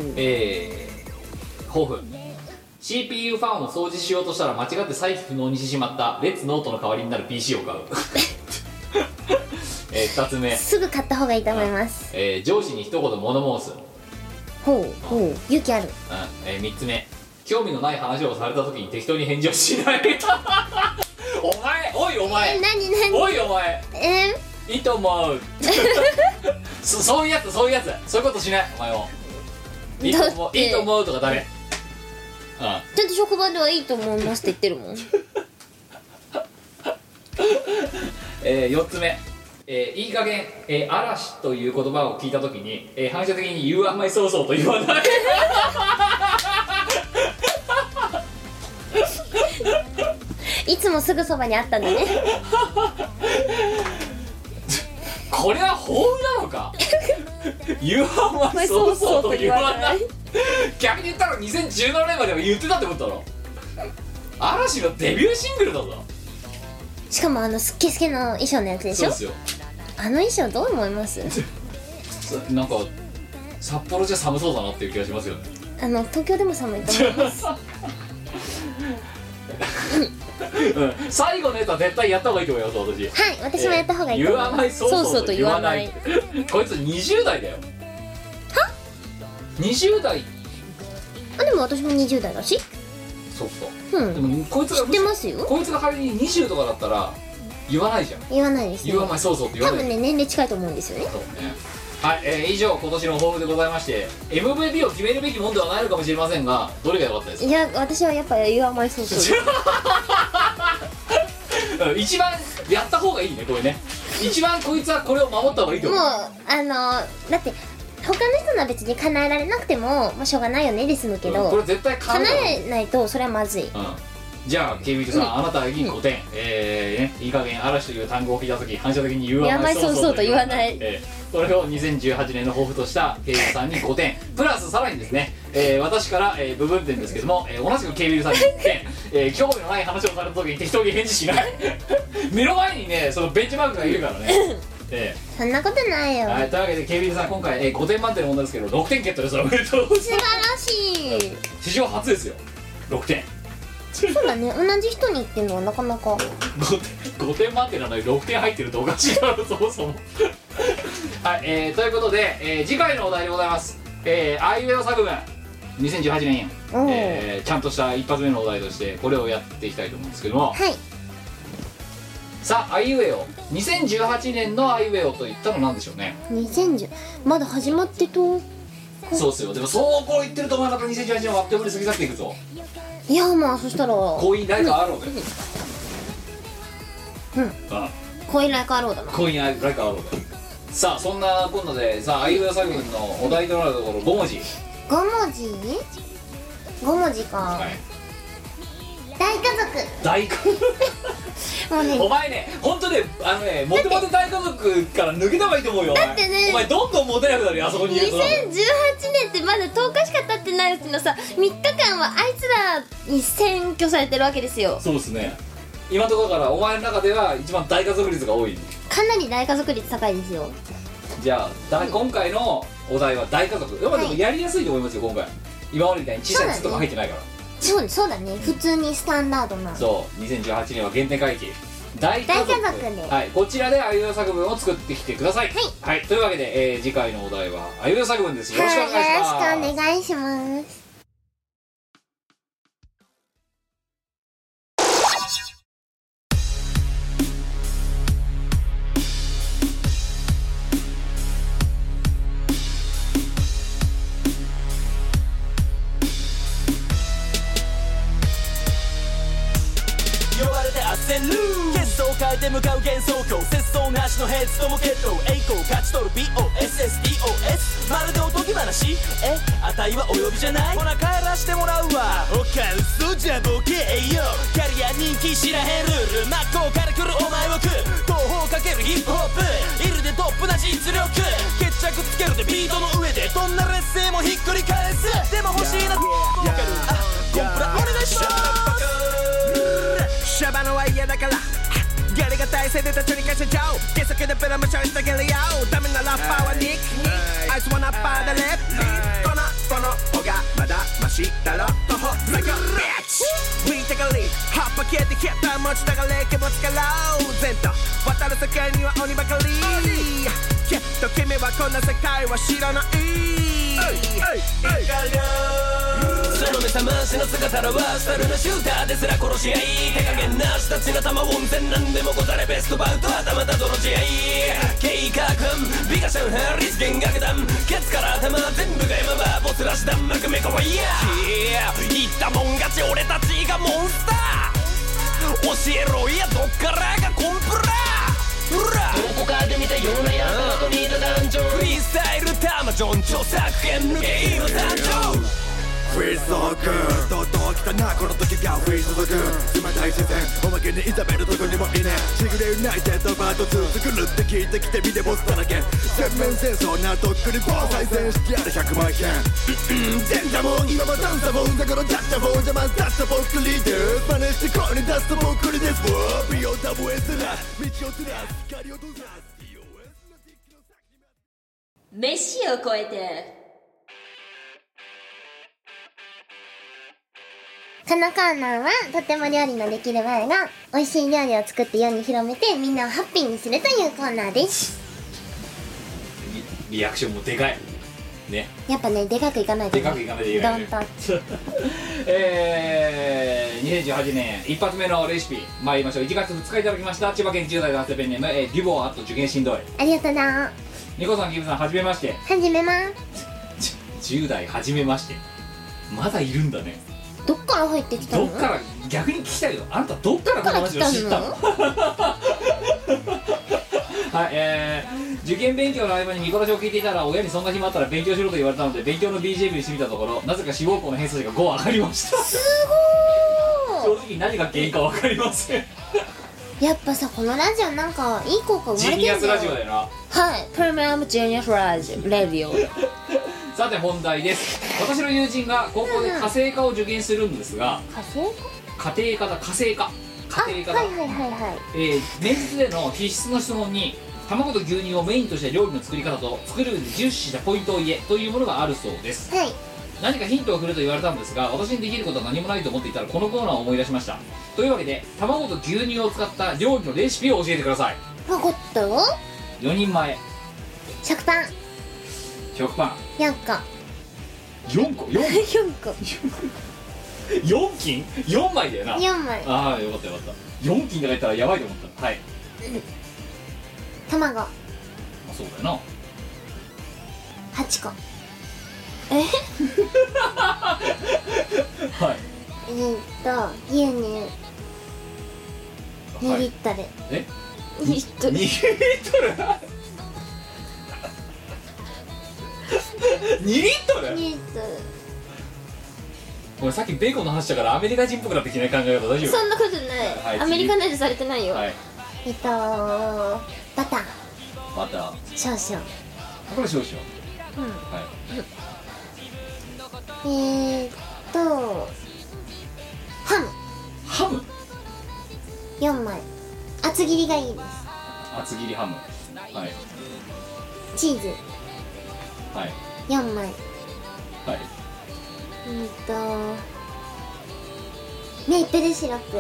抱負 CPU ファンを掃除しようとしたら間違って再起不能にしてしまったレッツノートの代わりになる PC を買う。2つ目すぐ買った方がいいと思います。 上司に一言物申す。 ほう勇気ある。 3つ目興味のない話をされた時に適当に返事をしない。おいお前何おいお前いいと思う。そういうやつそういうことしない。お前もいいと思うとかダメ。 ちゃんと職場ではいいと思いますって言ってるもん。 4つ目いい加減嵐という言葉を聞いたときに反射的に言うあんまりそうそうと言わない。 いつもすぐそばにあったんだね。 これは法なのか。言うあんまりそうそうと言わない。逆に言ったら2017年までは言ってたってことだろ。嵐のデビューシングルだぞ。 しかもスッケスケの衣装のやつでしょ。 そうですよ。 あの衣装どう思います？ なんか札幌じゃ寒そうだなっていう気がしますよね。 東京でも寒いと思います。 最後のやつは絶対やった方がいいと思います。 私もやった方がいいと思います。 言うあんまりそうそうと言わない。こいつ20代だよ。は？20代。 でも私も20代だし。 そっか。でもこいつが知ってますよ。 こいつが仮に20とかだったら言わないじゃん。 言わないですね。 言わないそうそうって言わない。 多分ね年齢近いと思うんですよね。 そうね。はい、以上今年の抱負でございまして MVP を決めるべきもんではないのかもしれませんが、どれが良かったですか？ いや私はやっぱ言わないそうそう。 一番やった方がいいねこれね。一番こいつはこれを守った方がいいと思う。 もうだって他の人のは別に叶えられなくてもしょうがないよねで済むけど、 これ絶対叶えないとそれはまずい。 じゃあケイビルさん、あなたは銀5点、いい加減嵐という単語を聞いたとき反射的に言わないそうそうと言わない、これを2018年の抱負としたケイビルさんに5点プラスさらにですね、私から、部分点ですけども、同じくケイビルさんに1点、興味のない話をされたときに適当に返事しない。目の前にねそのベンチマークがいるからね。 そんなことないよ。 はい、というわけでケイビルさん今回、5点満点の問題ですけど6点ゲットです。おめでとう。 素晴らしい。 史上初ですよ6点。 そうだね、同じ人に言ってるのはなかなか。 5点満点なのに6点入ってるとおかしいだろそもそも。はい、ということで、次回のお題でございます。あいうえお作文2018年、ちゃんとした一発目のお題としてこれをやっていきたいと思うんですけども、 はい、 さああいうえお2018年のあいうえおといったのなんでしょうね。 2010まだ始まってと。 そうっすよ。でもそうこう言ってるとまた2018年はあっという間に過ぎ去っていくぞ。 いやまあそしたら婚姻誰かあろうで、あコインライクアローだな。 婚姻誰かあろうで。さあそんなこんなでさああいうえお作文のお題となるところ5文字。 5文字5文字か、 はい、 大家大家族族もうねお前ね、本当ね、モテモテ大家族から抜けた方がいいと思うよ。 だってねお前どんどんモテなくなるよ、あそこにいると。 2018年ってまだ10日しか経ってないうちのさ3日間はあいつらに占拠されてるわけですよ。 そうですね。今のところだからお前の中では一番大家族率が多い。 かなり大家族率高いですよ。 じゃあ今回のお題は大家族。でもやりやすいと思いますよ今回。今までみたいに小さい「つ」とか入ってないから。 そうだね、普通にスタンダードな。 そう2018年は原点回帰大家族大家族で、 はい、こちらであいうえお作文を作ってきてください。はい、というわけで、次回のお題はあいうえお作文です。よろしくお願いします。 よろしくお願いします。 決闘を変えて向かう幻想郷、節操なしのヘッズとも決闘、栄光勝ち取る BOSSDOS、 まるでおとぎ話、あたいはお呼びじゃない、ほな帰らしてもらうわ。おか嘘じゃボケよ、キャリア人気知らへんルール、真っ向から来るお前を食う、東方かけるヒップホップ、いるでトップな実力、決着つけるでビートの上でどんな劣勢もひっくり返す、でも欲しいなボーカル、コンプラお願いします。シャバのは嫌だからギャリが体勢で立ちに返せちゃう、計測でペラムシャリしてあげるよ、ダメなラッパーはニック、あいつはナッパーだレップ、この方がまだマシだろ、徒歩作業レッチウィータガリ葉っぱ消えて消えた持ちたがれ気持ちから前と渡る世界には鬼ばかり、きっと君はこんな世界は知らない、その目覚ましの姿らはスタイルなシューターですら殺し合い、手加減なしたちな玉温泉なんでもござれベストバウトはたまた泥仕合い、計画美化上海リス弦楽団ケツから頭全部が山場ボスらしだむくめかわいや言ったもん勝ち俺たちがモンスター、教えろやどっからがコンプラどこかで見たようなやつと似た男女、フリースタイルタマジョン著作権抜け色誕生、フリーズドッグとうとう来たなこの時がフリーズドッグ、冷たい自然おまけに炒めるとこにもいねえ、しぐれユナイテッドパート2作るって聞いてきてみてボスだらけ、全面戦争なとっくに防災戦してやる100万件前座も今もダンサもだからダッチャボーじゃまずダッチャボークリです真似して声に出すとぼっくりです美容タブエスラ道を照らす光を閉ざす飯を超えて。 このコーナーはとても料理のできる我が美味しい料理を作って世に広めてみんなをハッピーにするというコーナーです。 リアクションもでかいね、 やっぱねでかくいかないとね、 でかくいかないといけないね。 ドンと 2018年一発目のレシピ参りましょう。1月2日いただきました。千葉県10代男性ペンネーム、デュボアット受験しんどい。 ありがとうな。 ニコさんキムさんはじめまして。 はじめます 10代はじめまして、まだいるんだね。 どっから入ってきたの？ どっから逆に聞きたいけど、あんたどっからこの話を知ったの？はい、受験勉強の合間に見殺しを聞いていたら親にそんな暇あったら勉強しろと言われたので勉強の BGM にしてみたところ、なぜか志望校の偏差値が5上がりました。 すご正直何が原因か分かりません。 ー。やっぱさこのラジオなんかいい効果生まジーれてるんだよ。 ニアスラジオだよな。 はい、プレミアムジーニアスラジオレディオ。 さて本題です。私の友人が高校で家政科を受験するんですが、 家政科？ 家庭科だ、家政科、家庭科だ。 はいはいはいはい。 面接での必須の質問に卵と牛乳をメインとした料理の作り方と作る上で重視したポイントを言えというものがあるそうです。 はい。 何かヒントをくれと言われたんですが、私にできることは何もないと思っていたらこのコーナーを思い出しました。というわけで卵と牛乳を使った料理のレシピを教えてください。 分かったよ。 4人前食パン食パン 4個 4個4 4個 4斤4枚だよな。 4枚。 ああよかったよかった。4斤とか言ったらやばいと思った。はい。 卵あそうだよ 8個な。はい。 牛乳2リットル、 え 2リット 2 ルリットル2リットル 2リットル俺さっきベーコンの話したからアメリカ人っぽくなってきない考え方大丈夫？ そんなことない、 はいアメリカナイズされてないよ、 はい。 バターまた少々、 これ少々。 うん、 はい。 ハムハム 4枚厚切りがいいです。 厚切りハム。はいチーズはい 4枚、 はい。 メープルシロップ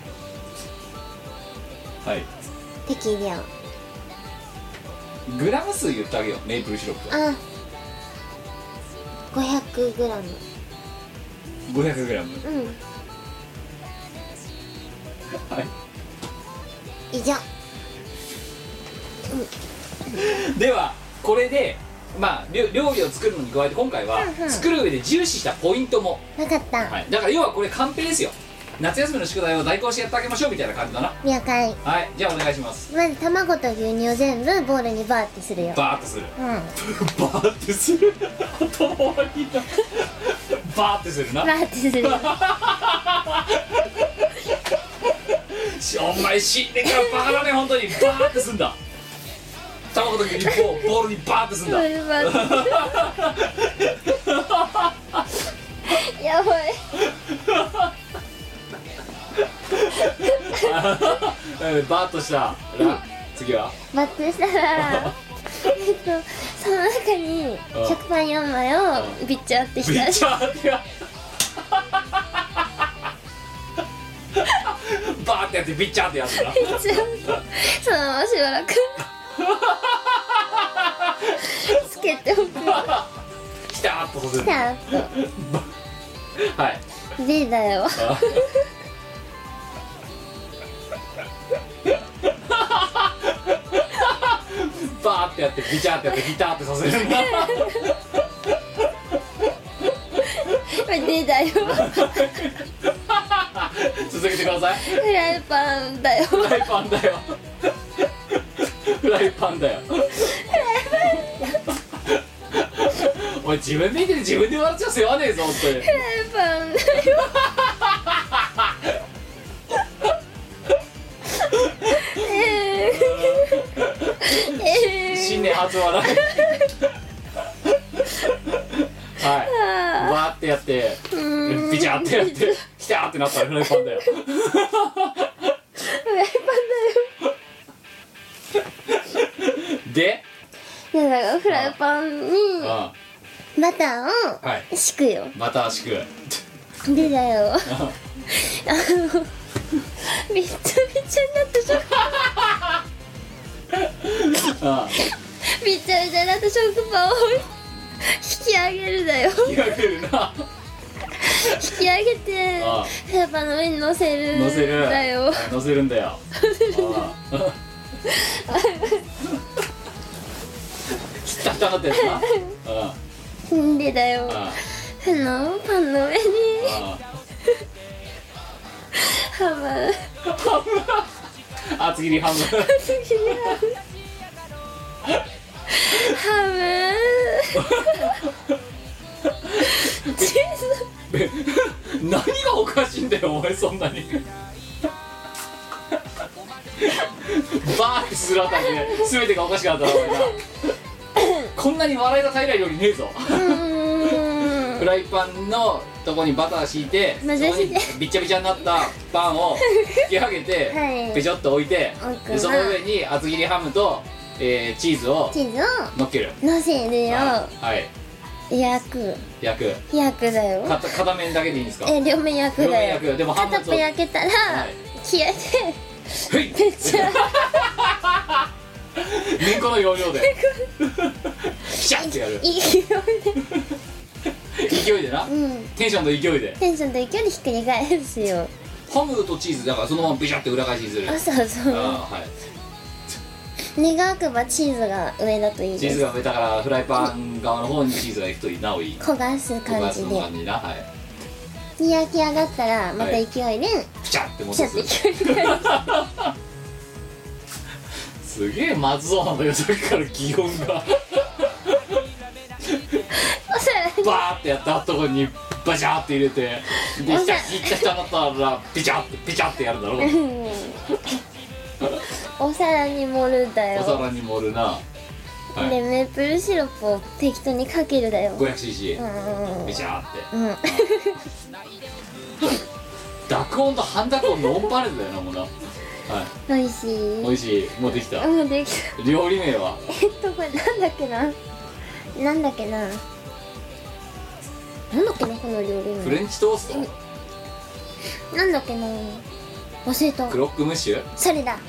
はい。 適量、 グラム数言ってあげよう。メープルシロップはあ 500g、 500g。 うんはい。 以上。 ではこれでまあ料理を作るのに加えて今回はうんうん作る上で重視したポイントも、 分かった、 はい、だから要はこれカンペですよ。夏休みの宿題を代行してやってあげましょうみたいな感じだな。 了解。 はい、じゃあお願いします。 まず卵と牛乳を全部ボウルにバーってするよ。 バーッとする。 うんバーッてする。頭悪いな。バーッてするな。 バーってするよ。 お前死んでからバカだね本当に。バーッてすんだ。卵と牛乳をボウルにバーッてすんだ。 やばいバーッとしたら次はバッてしたらその中に食パン4枚をビッチャーってしたらビッチャーってやバーってやってビッチャーってやつだ。 そのまましばらくつけておく。 きたーっとさせる。 さあはいでだよ。 バーってやってビチャーってやってビターってさせるんだ。 でだよ続けてください。 フライパンだよ。 フライパンだよ。フライパンだよ。お前自分見てて自分で笑っちゃ世話ねえぞ本当に。 フライパンだよ。 新年初笑い。はい。バーってやってビチャーってやってきたーってなったらフライパンだよ。 フライで、 パンだよ。だからフライパンにあバターあはいを敷くよ。 バター敷く。 でだよ。 びっちゃびちゃになった食ああびっちゃびちゃになった食パンを引き上げるだよ。 気が来るな。 引き上げてああフライパンの上に乗せる乗せるだよ。 はい乗せるんだよ。ああひったひたなったやつな。あでだよ。 あパンの上にあハムあ厚切りハム。 ハムチーズ何がおかしいんだよお前そんなに。バーってするあたりで全てがおかしくなったなお前な。こんなに笑いが絶えない料理ねえぞ。フライパンのとこにバター敷いて、そこにビッチャビチャになったパンを引き上げて、 はいペチョッと置いて、 置くでその上に厚切りハムと、チーズをチーズを乗っける。 のせるよ。 はい焼く焼く。 だよ。 片面だけでいいんですか？ 両面焼く両だよ。 面焼く。でもハムと片っぽ焼けたらはい消えてふいめっちゃめんこの要領でピシャッてやる。 勢いで勢いでな、テンションと勢いで。 テンションと勢いでひっくり返すよ。 ハムとチーズだからそのままビシャッて裏返しにする。 あ、そうそう。 ああはい。 願わくばチーズが上だといいです。 チーズが上だからフライパン側の方にチーズが行くといいなおいい焦がす感じで焦がす感じなはい焼き上がったらまた勢いでピチャって戻ピシャすって勢いですげえまずそうなんだよさっきから気温がお皿にバーってやったところにバシャーって入れてでひたひたになったらピチャってやるだろお皿に盛るんだよ。 お皿に盛るな、はい、 でメープルシロップを適当にかけるだよ。 500cc うんビシャーってうん濁音と半濁音のオンパレードだよなもうな、はい、 美味しい。 美味しいもうできたもうできた。 料理名はこれなんだっけなこの料理名フレンチトーストなんだっけな忘れた。 クロックムッシュそれだ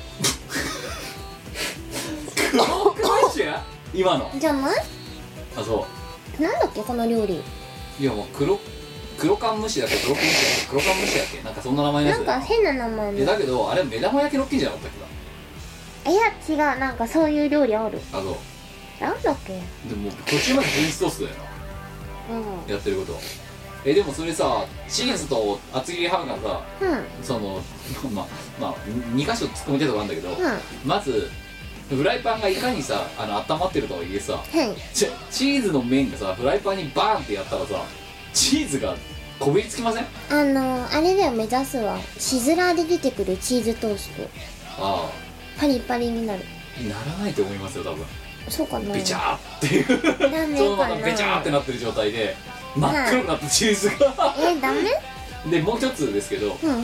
クロックムッシュ今のじゃない？ あそなんだっけこの料理。 ういやもう黒缶蒸しだっけ黒缶蒸しだっけなんかそんな名前のやつだよなんか変な名前の。 だけどあれ目玉焼きロッキンじゃなかったっけいや違う、なんかそういう料理ある。 なあそうなんだっけ。 でも途中までフレンチトーストだよなやってることでもそれさチーズと厚切りハムがさそのまあ2箇所突っ込みたいとこあるんだけど、まずフライパンがいかにさ温まってるとはいえさチーズの面がさフライパンにバーンってやったらさチーズがこびりつきません？ あれだよ、目指すはシズラーで出てくるチーズトースト。 あパリパリになる。 あならないと思いますよ多分そうかな。 ベチャーっていうダメそのまかな。 まベチャーってなってる状態で真っ黒になったチーズがダメ？ でもう一つですけどうんうん。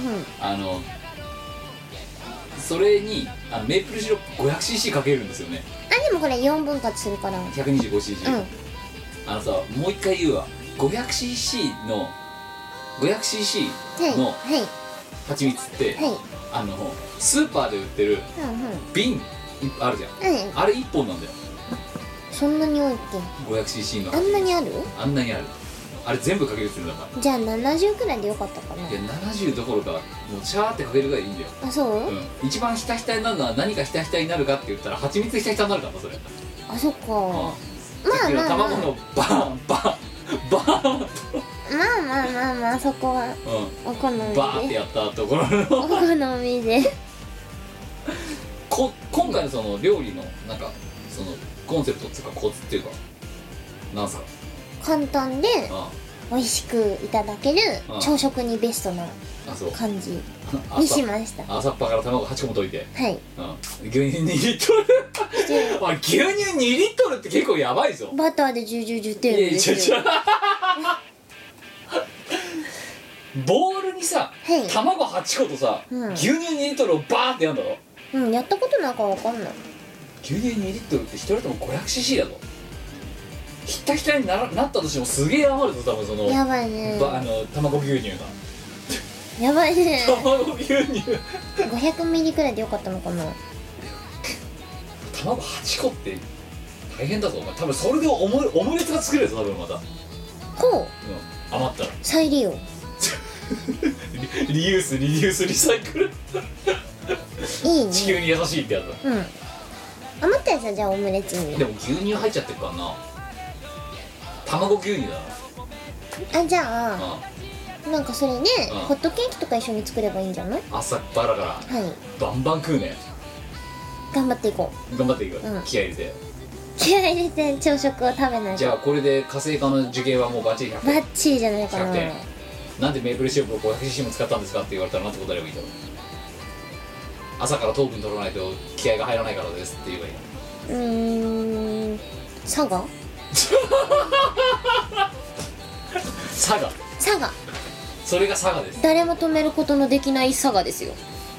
それにメープルシロップ 500cc かけるんですよね。 あ、でもこれ4分割するから。 125cc、 うん。 さもう一回言うわ 500cc のはいのはい蜂蜜って、 はい。 スーパーで売ってるうん瓶あるじゃん、 うん。 あれ1本なんだよそんなに多いっ 500cc のけ？あんなにある？ あんなにあるあれ全部かけるって言うんだからじゃあ70くらいでよかったかな。 いや70どころかもうシャーってかけるぐらいいいんだよ、 あ、そう？ 一番ひたひたになるのは何かひたひたになるかって言ったら蜂蜜ひたひたになるからなそれあ、そっか。 さっきのまあ卵のバーンバーンとまあそこはお好みで。 バーってやったところおの好みで。 今回のその料理のなんかそのコンセプトっていうかコツっていうかなんすか？ 簡単で美味しくいただける朝食にベストなあそう感じにしました。 朝っぱから卵8個も溶いて、 はい。 牛乳2リットルあ牛乳2リットルって結構やばいぞ。 バターで10点いやですよ。 ボウルにさ、 はい卵8個とさ、牛乳2リットルをバーってやんだろ。 やったことなんかわかんない。 牛乳2リットルって一人とも 500cc だぞ。ひったひたになったとしてもすげえ余るぞ多分そのやばいね。 卵牛乳がやばいね。 卵牛乳 500ミリくらいでよかったのかな。 卵8個って大変だぞお前。多分それでオムレツが作れるぞ多分また、 こう余ったら再利用。 リユースリデュースリサイクルいいね。 地球に優しいってやつだ。 余ったやつはじゃあオムレツに。 でも牛乳入っちゃってるからな。卵牛乳だな。 あ、じゃあなんかそれでホットケーキとか一緒に作ればいいんじゃない？ 朝っぱらからはい。 バンバン食うね。 頑張っていこ頑張っていく、気合い入れて。 う。気合い入れて朝食を食べないと。 じゃあこれで家政科の受験はもうバッチリ100 バ点。 ッチリじゃないかな。 100点。なんでメープルシロップを 500cc も使ったんですかって言われたらなんて答えればいいだろう。朝から糖分取らないと気合が入らないからですって言えばいいの。 佐賀それが佐賀です。 誰も止めることのできない佐賀ですよ。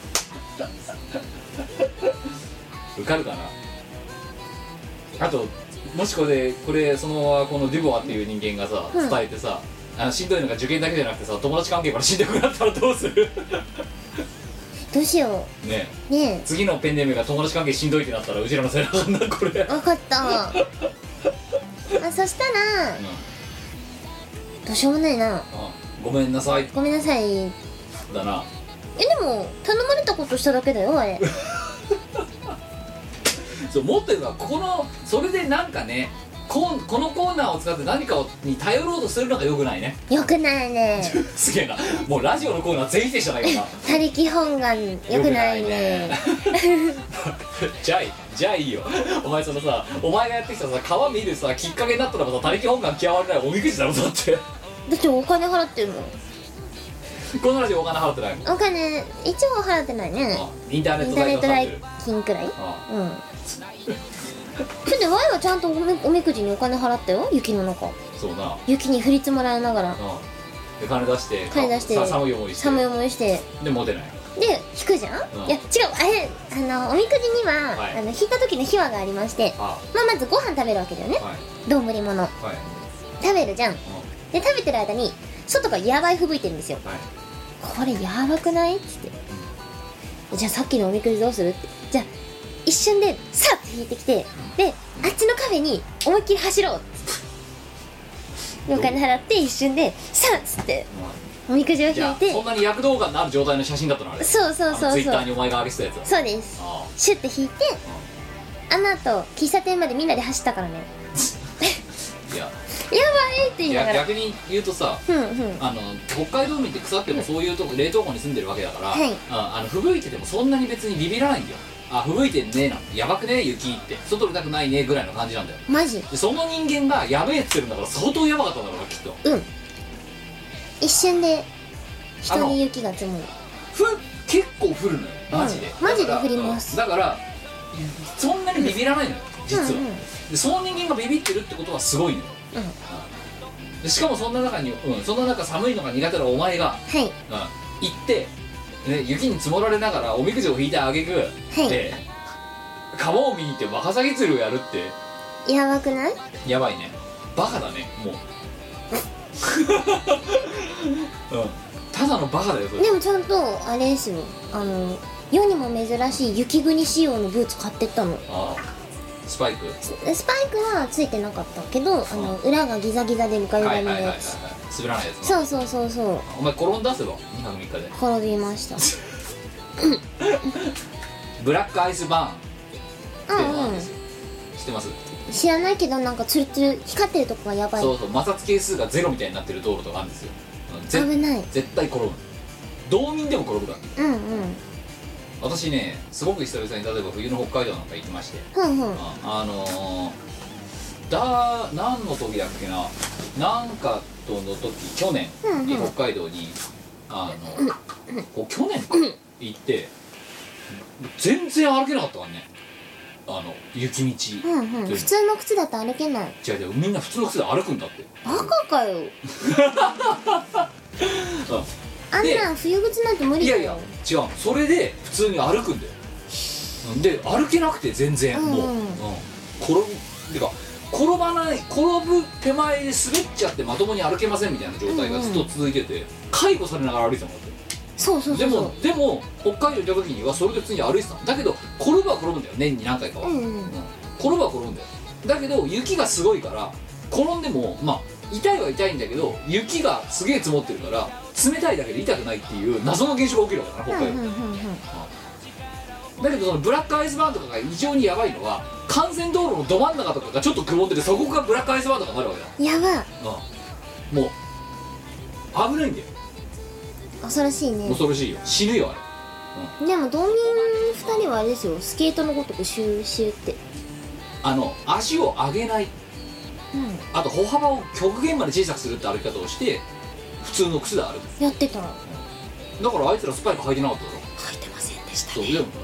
受かるかな。あともしこれそのままこのデュボアっていう人間がさ伝えてさ、しんどいのが受験だけじゃなくてさ友達関係からしんどくなったらどうするどうしよねうねえ。 次のペンネームが友達関係しんどいってなったらうちらのせいなんだこれ。 分かったそしたら、どうしようもないな。 ごめんなさいごめんなさい。 だな。 でも頼まれたことしただけだよあれ。 そう持ってるからこのそれでなんかねこのコーナーを使って何かに頼ろうとするのがよくないね。 よくないね。 すげえな、もうラジオのコーナー全否定じゃないかな。 他力本願よくないね。 じゃあいいよ。お前そのさ、お前がやってきたさ川見るさきっかけになったのがさ、他力本願極まらないおみくじだろだって。 だってお金払ってるもん。 このラジオお金払ってないもん。 お金一応払ってないね。 インターネット代代金くらい。うん。 あそれでワイはちゃんとおみくじにお金払ったよ、雪の中。 そうな。 雪に降り積もられながら。 で金出して寒い思いしてでモテないで引くじゃん、いや違う、おみくじには、引いた時の秘話がありまして、まずご飯食べるわけだよね、丼物、食べるじゃん、で食べてる間に外がやばい吹雪いてるんですよ、これやばくない？っつって、じゃあさっきのおみくじどうするって、じゃあ一瞬でさっと引いてきて、であっちのカフェに思いっきり走ろうっつって、お金払って一瞬でさっつっておみくじを引いて、 そんなに躍動感のある状態の写真だったのあれ。 そうツイッターにお前が上げてたやつ。 そうです。シュッて引いて、あの後喫茶店までみんなで走ったからね。 いややばいって言いながら。 逆に言うとさ、北海道民って腐ってもそういうとこ冷凍庫に住んでるわけだから、吹雪いててもそんなに別にビビらないんだよ。吹雪いてんねえな、やばくねえ雪って外出たくないねぐらいの感じなんだよ。 マジでその人間がやべえって言ってるんだから相当やばかったんだろうなきっと。 一瞬で人に雪が積もる。 結構降るのよマジで、 マジで降ります。 だからそんなにビビらないのよ実は、でその人間がビビってるってことはすごいのよ、でしかもそんな中寒いのが苦手なお前が、行って雪に積もられながらおみくじを引いてあげく、で川を見に行ってワカサギ釣りをやるってやばくない？ やばいね、バカだねもうただのバカだよそれ。 でもちゃんとあれですよ、世にも珍しい雪国仕様のブーツ買ってったの。 スパイクはついてなかったけど、裏がギザギザで床床みのやつ、 滑らないやつな。 そうお前転んだせば2泊3日で転びました。 ブラックアイスバーンっていうのがあるんですよ、知ってます？ 知らないけど、なんかツルツル光ってるとこがやばい。 そう摩擦係数がゼロみたいになってる道路とかあるんですよ。 危ない。 絶対転ぶ。道民でも転ぶから。私ね、すごく久々に例えば冬の北海道なんか行きまして、何の時だっけな、なんかとの時、去年に北海道に去年か行って全然歩けなかったからね、雪道、 普通の靴だと歩けない。 違うみんな普通の靴で歩くんだって。 バカかよ。あんなん冬靴なんて無理だよ。 いや違う、それで普通に歩くんだよ。で歩けなくて全然もう、転ぶ手前で滑っちゃってまともに歩けませんみたいな状態がずっと続いてて、介護されながら歩いてたのって。 そうでも北海道行った時にはそれで普通に歩いてたのだけど、転ぶは転ぶんだよ、年に何回かは、転ぶは転ぶんだよ。だけど雪がすごいから転んでも痛いは痛いんだけど、雪がすげえ積もってるから冷たいだけで痛くないっていう謎の現象が起きるわけだな北海道。だけどそのブラックアイスバーンとかが異常にやばいのは、幹線道路のど真ん中とかがちょっと曇ってて、そこがブラックアイスバーンとかになるわけだ。 やば。 もう危ないんだよ。 恐ろしいね。 恐ろしいよ、死ぬよあれ。 でも道民2人はあれですよ、スケートのごとくシューシューって足を上げない、あと歩幅を極限まで小さくするって歩き方をして普通の靴で歩く。 やってた。 だからあいつらスパイク履いてなかっただろ。 履いてませんでしたね。そうでも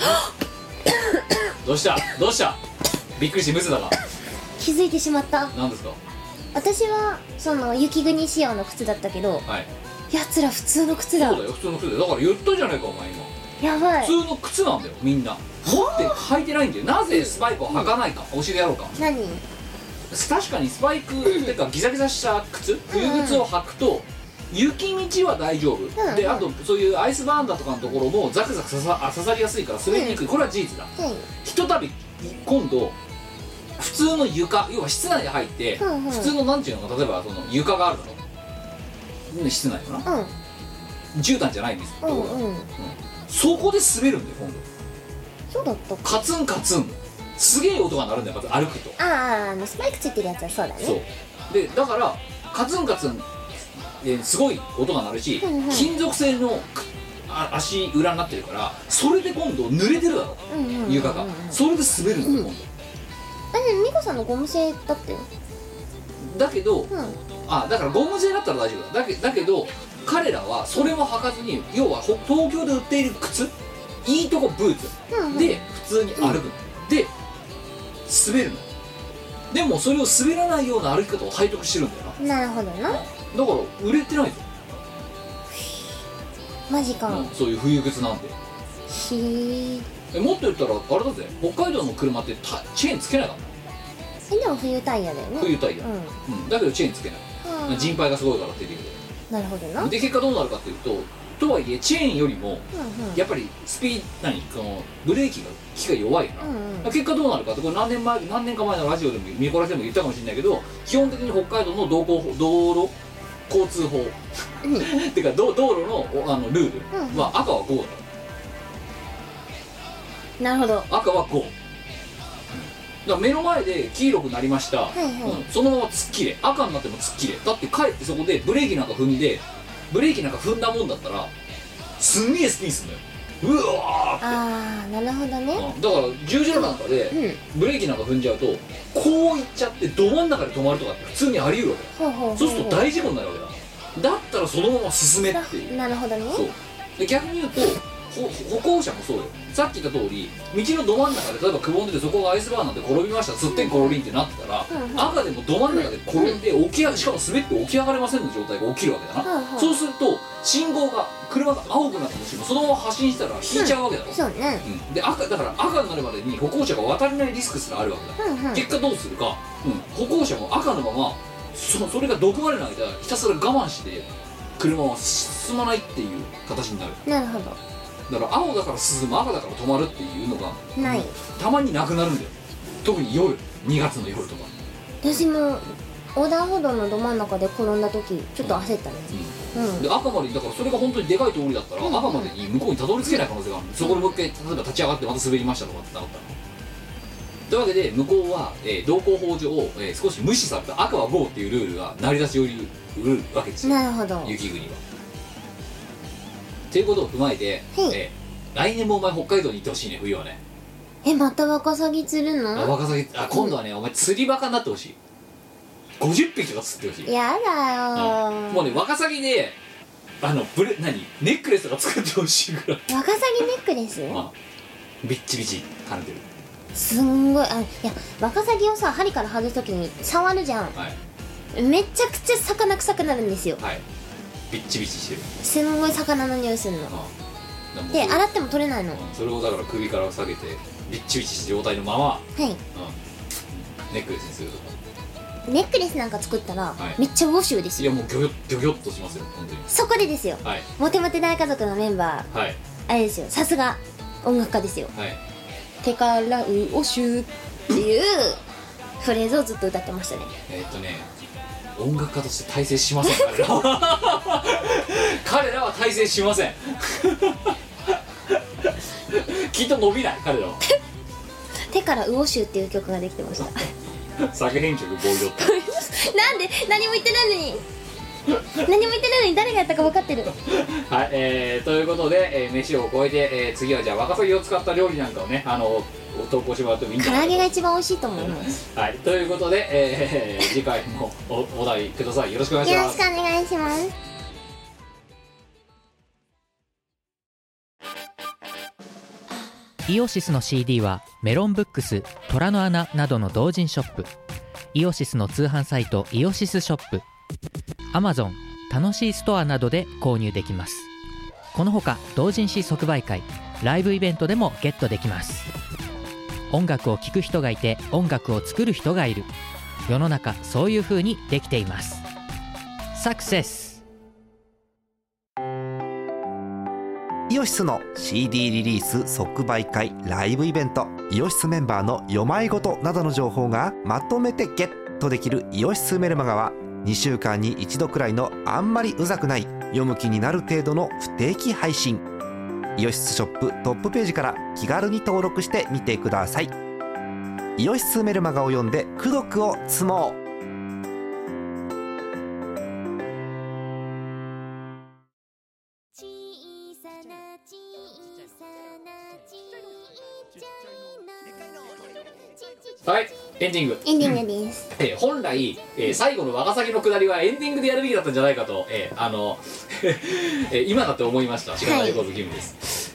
どうしたびっくりしてムスだが気づいてしまった。 何ですか？ 私はその雪国仕様の靴だったけど、やつら普通の靴だ。 そうだよ、普通の靴で。だから言ったじゃないかお前今。 やばい。 普通の靴なんだよみんな。持って履いてないんだよ。なぜスパイクを履かないか教えてやろうか。 何？ 確かにスパイクってかギザギザした靴、冬靴を履くと雪道は大丈夫、であとそういうアイスバーンだとかのところもザクザク刺さりやすいから滑りにくい、これは事実だ。ひとたび今度普通の床、要は室内に入って、普通のなんていうのか、例えばその床があるだろ、室内かな、絨毯じゃないんですよ、そこで滑るんだよ今度。 そうだった。 カツンカツンすげえ音が鳴るんだよ、まず歩くと。 スパイクついてるやつはそうだね。 そうでだからカツンカツン、すごい音が鳴るし、金属製の足裏になってるから、それで今度濡れてるだろ、床が。それで滑るんだよ、今度。 ミコさんのゴム製だって。 だけど、だからゴム製だったら大丈夫だけど彼らはそれも履かずに、要は東京で売っている靴、いいとこブーツで普通に歩く、で滑るの。でもそれを滑らないような歩き方を体得してるんだよな。 なるほどな。 だから売れてないぞ、 マジか。 そういう冬靴なんて。もっと言ったらあれだぜ、北海道の車ってチェーンつけないからね。 でも冬タイヤだよね。 冬タイヤ、だけどチェーンつけない、人配がすごいからっていう理由で。 なるほどな。 で結果どうなるかっていうとはいえチェーンよりもやっぱりこのブレーキが機が弱いから、結果どうなるかって、これ何年か前のラジオでも見こらせでも言ったかもしれないけど、基本的に北海道の道路交通法っていうか道路のルールは赤は5だから。 なるほど。 赤は5だから目の前で黄色くなりました、そのまま突っ切れ、赤になっても突っ切れ。だってかえってそこでブレーキなんか踏んだもんだったらすんげえスピンすんだよ、うわーって。 なるほどね。 だから十字路なんかでブレーキなんか踏んじゃうとこういっちゃってど真ん中で止まるとかって普通にあり得るわけだ。そうすると大事故になるわけだ。だったらそのまま進めっていう。 なるほどね。 そうで逆に言うと歩行者もそうよ。さっき言った通り道のど真ん中で例えばくぼんでて、そこがアイスバーンなんて転びました、すってんころりんってなってたら、赤でもど真ん中で転んでしかも滑って起き上がれませんの状態が起きるわけだな。そうすると信号が車が青くなったとしてもそのまま発進したら引いちゃうわけだろ。 そうね。 でだから赤になるまでに歩行者が渡れないリスクすらあるわけだ。結果どうするか、歩行者も赤のままそれが毒までの間ひたすら我慢して車は進まないっていう形になる。 なるほど。 だから青だから進む、赤だから止まるっていうのがない。 たまになくなるんだよ。特に夜、2月の夜とか。 私も横断歩道のど真ん中で転んだ時ちょっと焦ったね。 で赤までだからそれが本当にでかい通りだったら、赤までに向こうにたどり着けない可能性がある。そこでもう一回例えば立ち上がってまた滑りましたとかってなったら。というわけで向こうは、道交法上、少し無視された赤は5っていうルールが成り立ちを売るわけですよ。 なるほど。 雪国は。ということを踏まえて、来年もお前北海道に行ってほしいね、冬はね。 またワカサギ釣るの？ ワカサギ、今度はね、お前釣りバカになってほしい。50匹とか釣ってほしい。 やだよもうね、ワカサギでネックレスとか作ってほしいぐらい。 ワカサギネックレス？ ビッチビチ跳ねてる。 すんごい。いやワカサギをさ針から外すときに触るじゃん、めちゃくちゃ魚臭くなるんですよ。 ビッチビチしてる。 すんごい魚の匂いするの。で洗っても取れないの。 それをだから首から下げてビッチビチした状態のまま、ネックレスにするとか。 ネックレスなんか作ったら、めっちゃウォシュですよ。 いやもうギョギョッとしますよ本当に。 そこでですよ、モテモテ大家族のメンバー、あれですよ、さすが音楽家ですよ。手からウォシュっていうフレーズをずっと歌ってましたね。 音楽家として大成しません彼らは彼らは大成しませんきっと伸びない彼らは手からウォシュっていう曲ができてました作編曲ボイドってなんで何も言ってないのに誰がやったか分かってるはい、ということで、飯を超えて、次はじゃあワカサギを使った料理なんかをね投稿してもらってもいいんじゃないかと。 唐揚げが一番美味しいと思いますはい、ということで、次回もお題ください。よろしくお願いします。 よろしくお願いします。 イオシスの CD はメロンブックス、虎の穴などの同人ショップ、イオシスの通販サイトイオシスショップ、Amazon、楽しいストアなどで購入できます。このほか同人誌即売会、ライブイベントでもゲットできます。音楽を聴く人がいて音楽を作る人がいる。世の中そういう風にできています。サクセス。 イオシスの CD リリース即売会ライブイベント、イオシスメンバーの読まいごとなどの情報がまとめてゲットできるイオシスメルマガは2週間に1度くらいのあんまりうざくない読む気になる程度の不定期配信。イオシスショップトップページから気軽に登録してみてください。 イオシスメルマガを読んで功徳を積もう。 はい、エンディング。 エンディングです。 本来、最後のワカサギの下りはエンディングでやるべきだったんじゃないかと、今だって思いました。しがないレコードキムです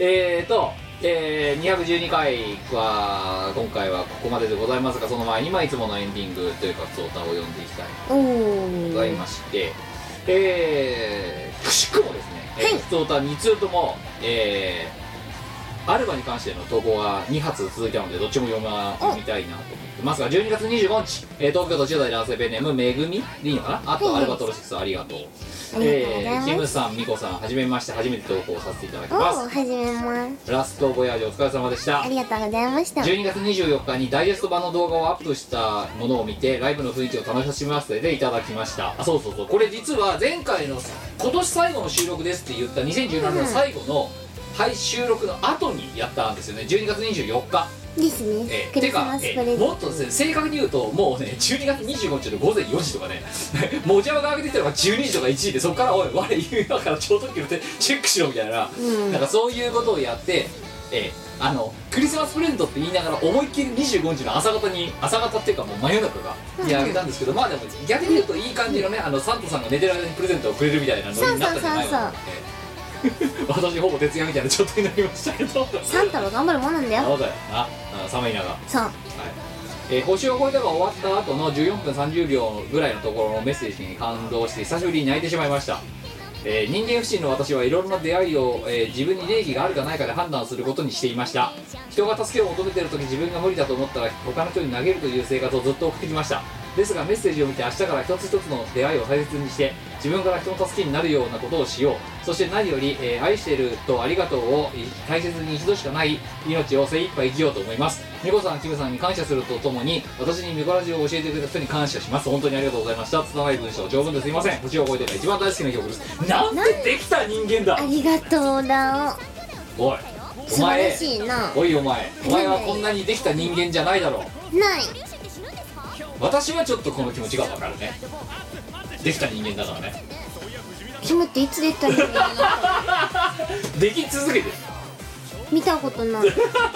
。212回は今回はここまででございますが、その前にいつものエンディングというか普通歌を読んでいきたいとございまして、くしくもですね、普通歌2通とも、アルバに関しての投稿が2発続いたのでどっちも読みたいなと思ってますが、12月25日、東京都10代男性ペンネームめぐみでいいのかな、あとアルバトロシックスありがとう。キムさん、ミコさん、はじめまして、初めて投稿させていただきます。 はじめます。 ラストボヤージュお疲れ様でした。 ありがとうございました。 12月24日にダイジェスト版の動画をアップしたものを見てライブの雰囲気を楽しませていただきました。そうこれ実は前回の今年最後の収録ですって言った2017年の最後の、収録の後にやったんですよね。12月24日ですね。クリスマスプレゼント。 もっとですね、正確に言うともうね、12月25日の午前4時とかねもじゃわが上げてきたのが12時とか1時で、そこからおい我今から超特急のチェックしろみたいな、なんかそういうことをやって、クリスマスプレゼントって言いながら思いっきり25日の朝方っていうかもう真夜中がにあげたんですけど、まあでも逆に言うといい感じのね、サンタさんが寝てる間にプレゼントをくれるみたいなのになったんじゃないかなって。私ほぼ徹夜みたいな状態になりましたけどサンタは頑張るもんなんだよ。 そうだよな、寒い中。 そう、 星を越えたが終わった後の14分30秒ぐらいのところのメッセージに感動して久しぶりに泣いてしまいました。人間不信の私はいろんな出会いを、自分に利益があるかないかで判断することにしていました。人が助けを求めている時自分が無理だと思ったら他の人に投げるという生活をずっと送ってきました。ですがメッセージを見て明日から一つ一つの出会いを大切にして自分から人の助けになるようなことをしよう。そして何より、愛しているとありがとうを大切に一度しかない命を精一杯生きようと思います。ミコさん、キムさんに感謝するとともに私にミコラジオを教えてくれた人に感謝します。本当にありがとうございました。拙い文章長文ですいません。星を越えてが一番大好きな曲です。なんてできた人間だ。 ありがとうだ。 おい素晴らしいな。 お前はこんなにできた人間じゃないだろう。 ない。 私はちょっとこの気持ちが分かるね。できた人間だからね。 キムっていつできた人間なの？ でき続けてる。 見たことない。 い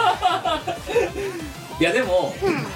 やでも、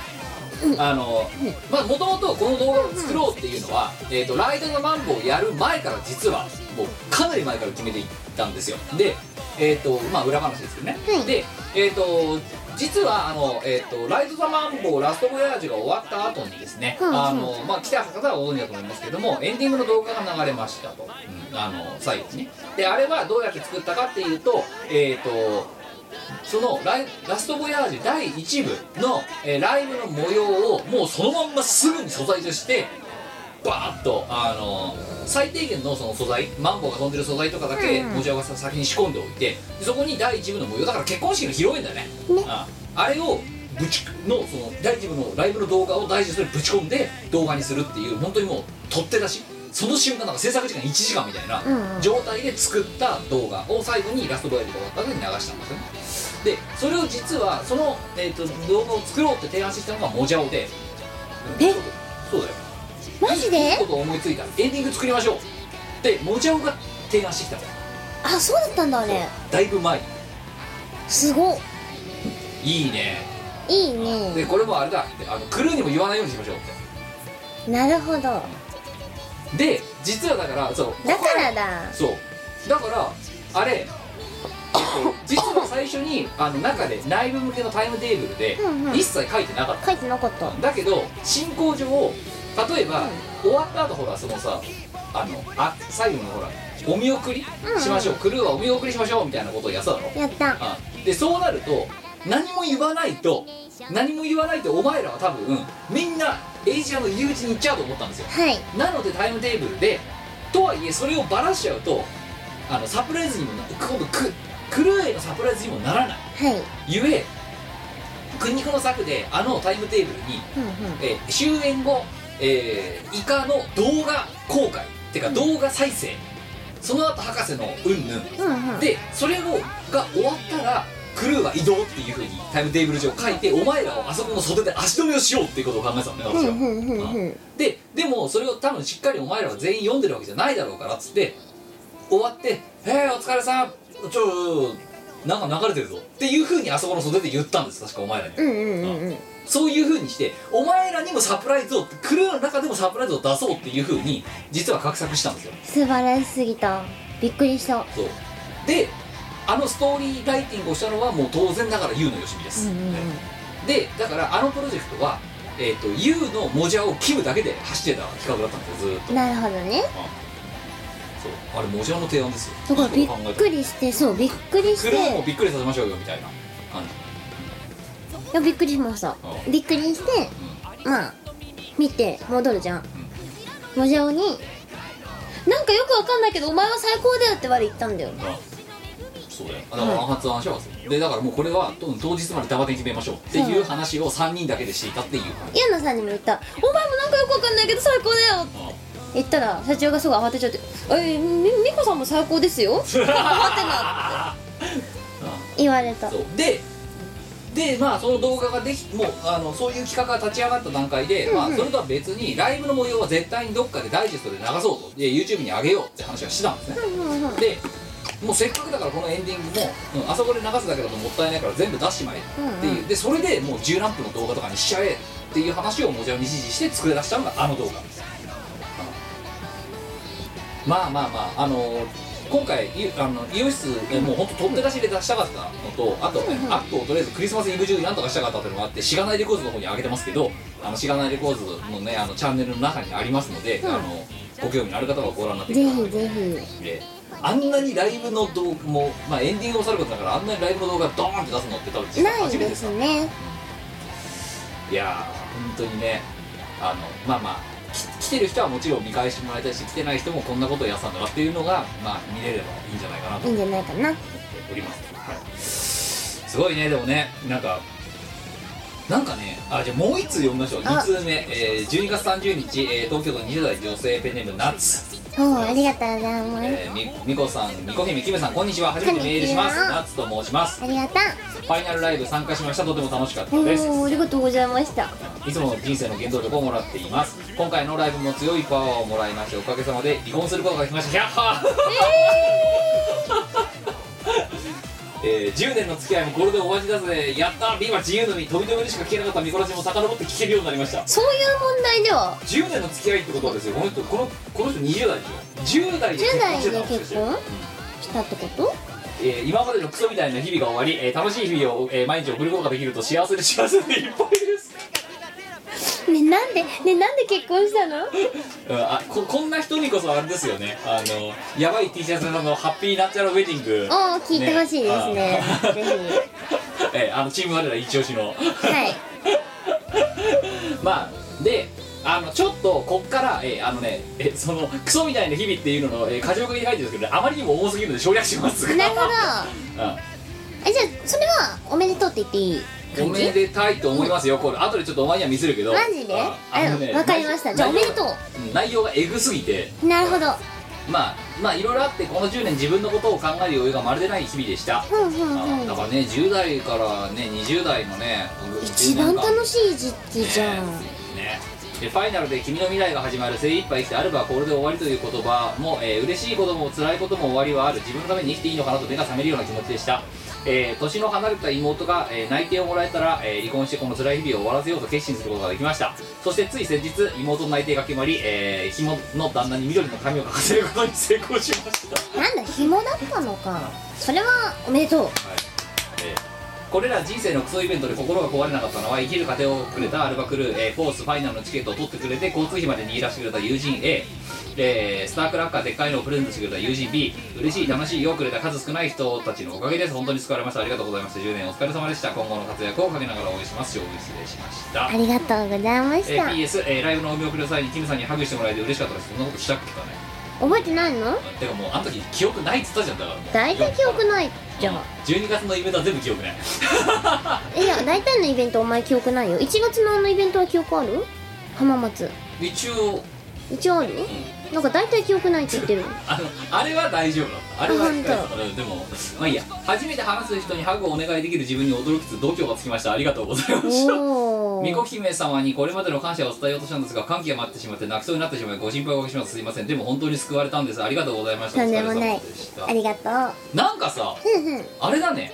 まあもともとこの動画を作ろうっていうのは、ライドのマンボをやる前から実はもうかなり前から決めていったんですよ。で、まあ裏話ですけどね。で、実はライド・ザ・マンボウラスト・ボヤージュが終わった後にですね、まあ来た方はご存知だと思いますけども、エンディングの動画が流れましたと、最後にね。であれはどうやって作ったかっていうと、そのラストボヤージュ第1部の、ライブの模様をもうそのまんますぐに素材としてバーッと最低限のその素材、マンボウが飛んでる素材とかだけ持ち上が先に仕込んでおいて、そこに第1部の模様だから結婚式の披露宴だよね、あれをその第1部のライブの動画をダイジェストでぶち込んで動画にするっていう、本当にもう取って出し、その瞬間なんか制作時間1時間みたいな状態で作った動画を最後にラストボヤージュが終わった後に流したんですよね。でそれを実はその、動画を作ろうって提案してきたのがモジャオで、そうだよ、 マジでいいことを思いついた、エンディング作りましょうでモジャオが提案してきたの。 あ、そうだったんだ。あれだいぶ前に。 すごいいね。 いいね。 でこれもあれだって、クルーにも言わないようにしましょうって。 なるほど。 で実はだからそうだからだ。 そうだからあれ、実は最初に中で内部向けのタイムテーブルで一切書いてなかった。 書いてなかった。 だけど進行上例えば、終わった後ほらそのさ最後のほらお見送りしましょう、クルーはお見送りしましょうみたいなことをやっただろ。 やった。 でそうなると何も言わないとお前らは多分みんなエイジアの入り口に行っちゃうと思ったんですよ。 はい。 なのでタイムテーブルでとはいえそれをバラしちゃうとサプライズにも今度クルーへのサプライズにもならない。 はい。 ゆえ苦肉の策でタイムテーブルに、終演後、以下の動画公開ってか動画再生、その後博士のうんぬん、でそれが終わったらクルーは移動っていうふうにタイムテーブル上書いて、お前らをあそこの袖で足止めをしようっていうことを考えてたんだよ私は。でもそれを多分しっかりお前らは全員読んでるわけじゃないだろうからっつって終わって「お疲れさん、なんか流れてるぞ」っていうふうにあそこの袖で言ったんです、確かお前らに。そういうふうにしてお前らにもサプライズを、クルーの中でもサプライズを出そうっていうふうに実は画策したんですよ。 素晴らしすぎた、びっくりした。 そうで、あのストーリーライティングをしたのはもう当然ながらユウのよしみです、でだからあのプロジェクトは、ユウのモジャをキムだけで走ってた企画だったんですよ、ずーっと。 なるほどね。 そう、あれモジャの提案ですよ。 だからびっくりして、そうびっくりして、 クルーもびっくりさせましょうよみたいな感じ。 いやびっくりしました。びっくりして、まあ見て戻るじゃん、モジャオになんかよくわかんないけどお前は最高だよって言ったんだよ。 そうだよ、だから暗発暗唱で、だからもうこれは当日までダバで決めましょうっていう話を3人だけでしていたっていう話。 イアナさんにも言った、お前もなんかよくわかんないけど最高だよって言ったら、社長がすぐ慌てちゃって「ミコさんも最高ですよ」ってなって言われた。 そうでまあその動画ができもうそういう企画が立ち上がった段階で、まあそれとは別にライブの模様は絶対にどっかでダイジェストで流そうと、で YouTube に上げようって話はしてたんですね。でもうせっかくだからこのエンディングも、あそこで流すだけだともったいないから全部出しちまえっていう、でそれでもう10何分の動画とかにしちゃえっていう話をもちろんに指示して作り出したのがあの動画です。まあ今回イオシスもう本当取って出しで出したかったのと、あと、アップをとりあえずクリスマスイブ中になんとかしたかったというのがあって、しがないレコーズの方に上げてますけど、しがないレコーズのねチャンネルの中にありますので、ご興味のある方はご覧になってください。 ぜひぜひ。 であんなにライブの動画も、まあエンディングをさることだから、あんなにライブの動画ドーンって出すのって多分実は初めてですから。 ないですね。 いやー本当にね、まあ来てる人はもちろん見返してもらいたいし、来てない人もこんなことをやったんだなっていうのが、まあ見れればいいんじゃないかなといいんじゃないかな。 思っております。はい、すごいね。でもね、なんかね、じゃあもう1通読みましょう。2通目、12月30日、東京都20代女性ペンネームナッツ。 ありがとうございます。 みこさん、みこ姫、キムさん、こんにちは。初めてメールします。ナッツと申します。 ありがとう。 ファイナルライブ参加しました。とても楽しかったです。 ありがとうございました。 いつも人生の原動力をもらっています。今回のライブも強いパワーをもらいまして、おかげさまで離婚することができました。10年の付き合いもこれで終わりだぜ。やったー、今自由の身、飛び止めにしか聞けなかったミコラジも遡って聞けるようになりました。 そういう問題では 10年の付き合いってことはですよ、この人20代でしょ。10代で結婚してたんですよ。 したってこと？ 今までのクソみたいな日々が終わり、楽しい日々を、毎日送ることができると幸せでいっぱいです。 なんで結婚したの？ こんな人にこそあれですよね、やばい T シャツのハッピーナッチャラウェディングを聞いてほしいですね。ぜひチーム我ら一押しのはいまあでちょっとこっからそのクソみたいな日々っていうのの箇条書きに書いてるんですけど、あまりにも重すぎるので省略しますが。 なるほど。じゃあそれはおめでとうって言っていい？ おめでたいと思いますよ。これ後でちょっとお前には見せるけど。 マジで？わかりました。じゃあおめでとう。 内容がエグすぎて。 なるほど。 まあいろいろあって、この10年自分のことを考える余裕がまるでない日々でした。だからね、10代からね20代のね一番楽しい時期じゃん。 ね。でファイナルで君の未来が始まる、精一杯生きてあるばこれで終わりという言葉も、嬉しいことも辛いことも終わりはある、自分のために生きていいのかなと目が覚めるような気持ちでした。年の離れた妹が、内定をもらえたら、離婚してこの辛い日々を終わらせようと決心することができました。そしてつい先日妹の内定が決まり、紐の旦那に緑の髪を描かせることに成功しました。 なんだ、紐だったのか。それはおめでとう。はい。 これら人生のクソイベントで心が壊れなかったのは、生きる糧をくれたアルバクルー、フォースファイナルのチケットを取ってくれて交通費まで握らせてくれた友人 A、スタークラッカーでっかいのをプレゼントしてくれた友人 B、 嬉しい楽しいよをくれた数少ない人たちのおかげです。本当に救われました。ありがとうございます。10年お疲れ様でした。今後の活躍をかけながら応援します。勝負失礼しました。 ありがとうございました。 PS、ライブのお見送りの際にキムさんにハグしてもらえて嬉しかったです。そんなことしたっけかね。 覚えてないの？ てかもうあの時記憶ないっつったじゃん。だからもう大体記憶ないじゃん。 12月のイベントは全部記憶ないいや、大体のイベントお前記憶ないよ。1月のイベントは記憶ある？浜松。 一応一応ある？なんか大体記憶ないって言ってる。 あれは大丈夫だった。あれは本当でもまあいいや。初めて話す人にハグをお願いできる自分に驚きつつ度胸がつきました。ありがとうございました。みこ姫様にこれまでの感謝を伝えようとしたんですが、歓喜が待ってしまって泣きそうになってしまい、ご心配をおかけします。すいません。でも本当に救われたんです。ありがとうございました。 とんでもない。 お疲れ様でした。 ありがとう。 なんかさ、あれだね、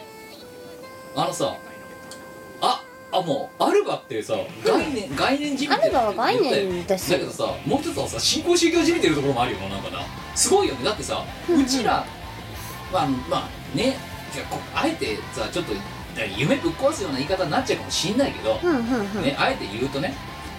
もうアルバってさ、概念じみてる。 アルバは概念だし、 だけどさ、もう一つはさ、新興宗教じみてるところもあるよな、なんかな。すごいよね。だってさ、うちらまあね、あえてさ、ちょっと夢ぶっ壊すような言い方になっちゃうかもしんないけど、ね、あえて言うとね、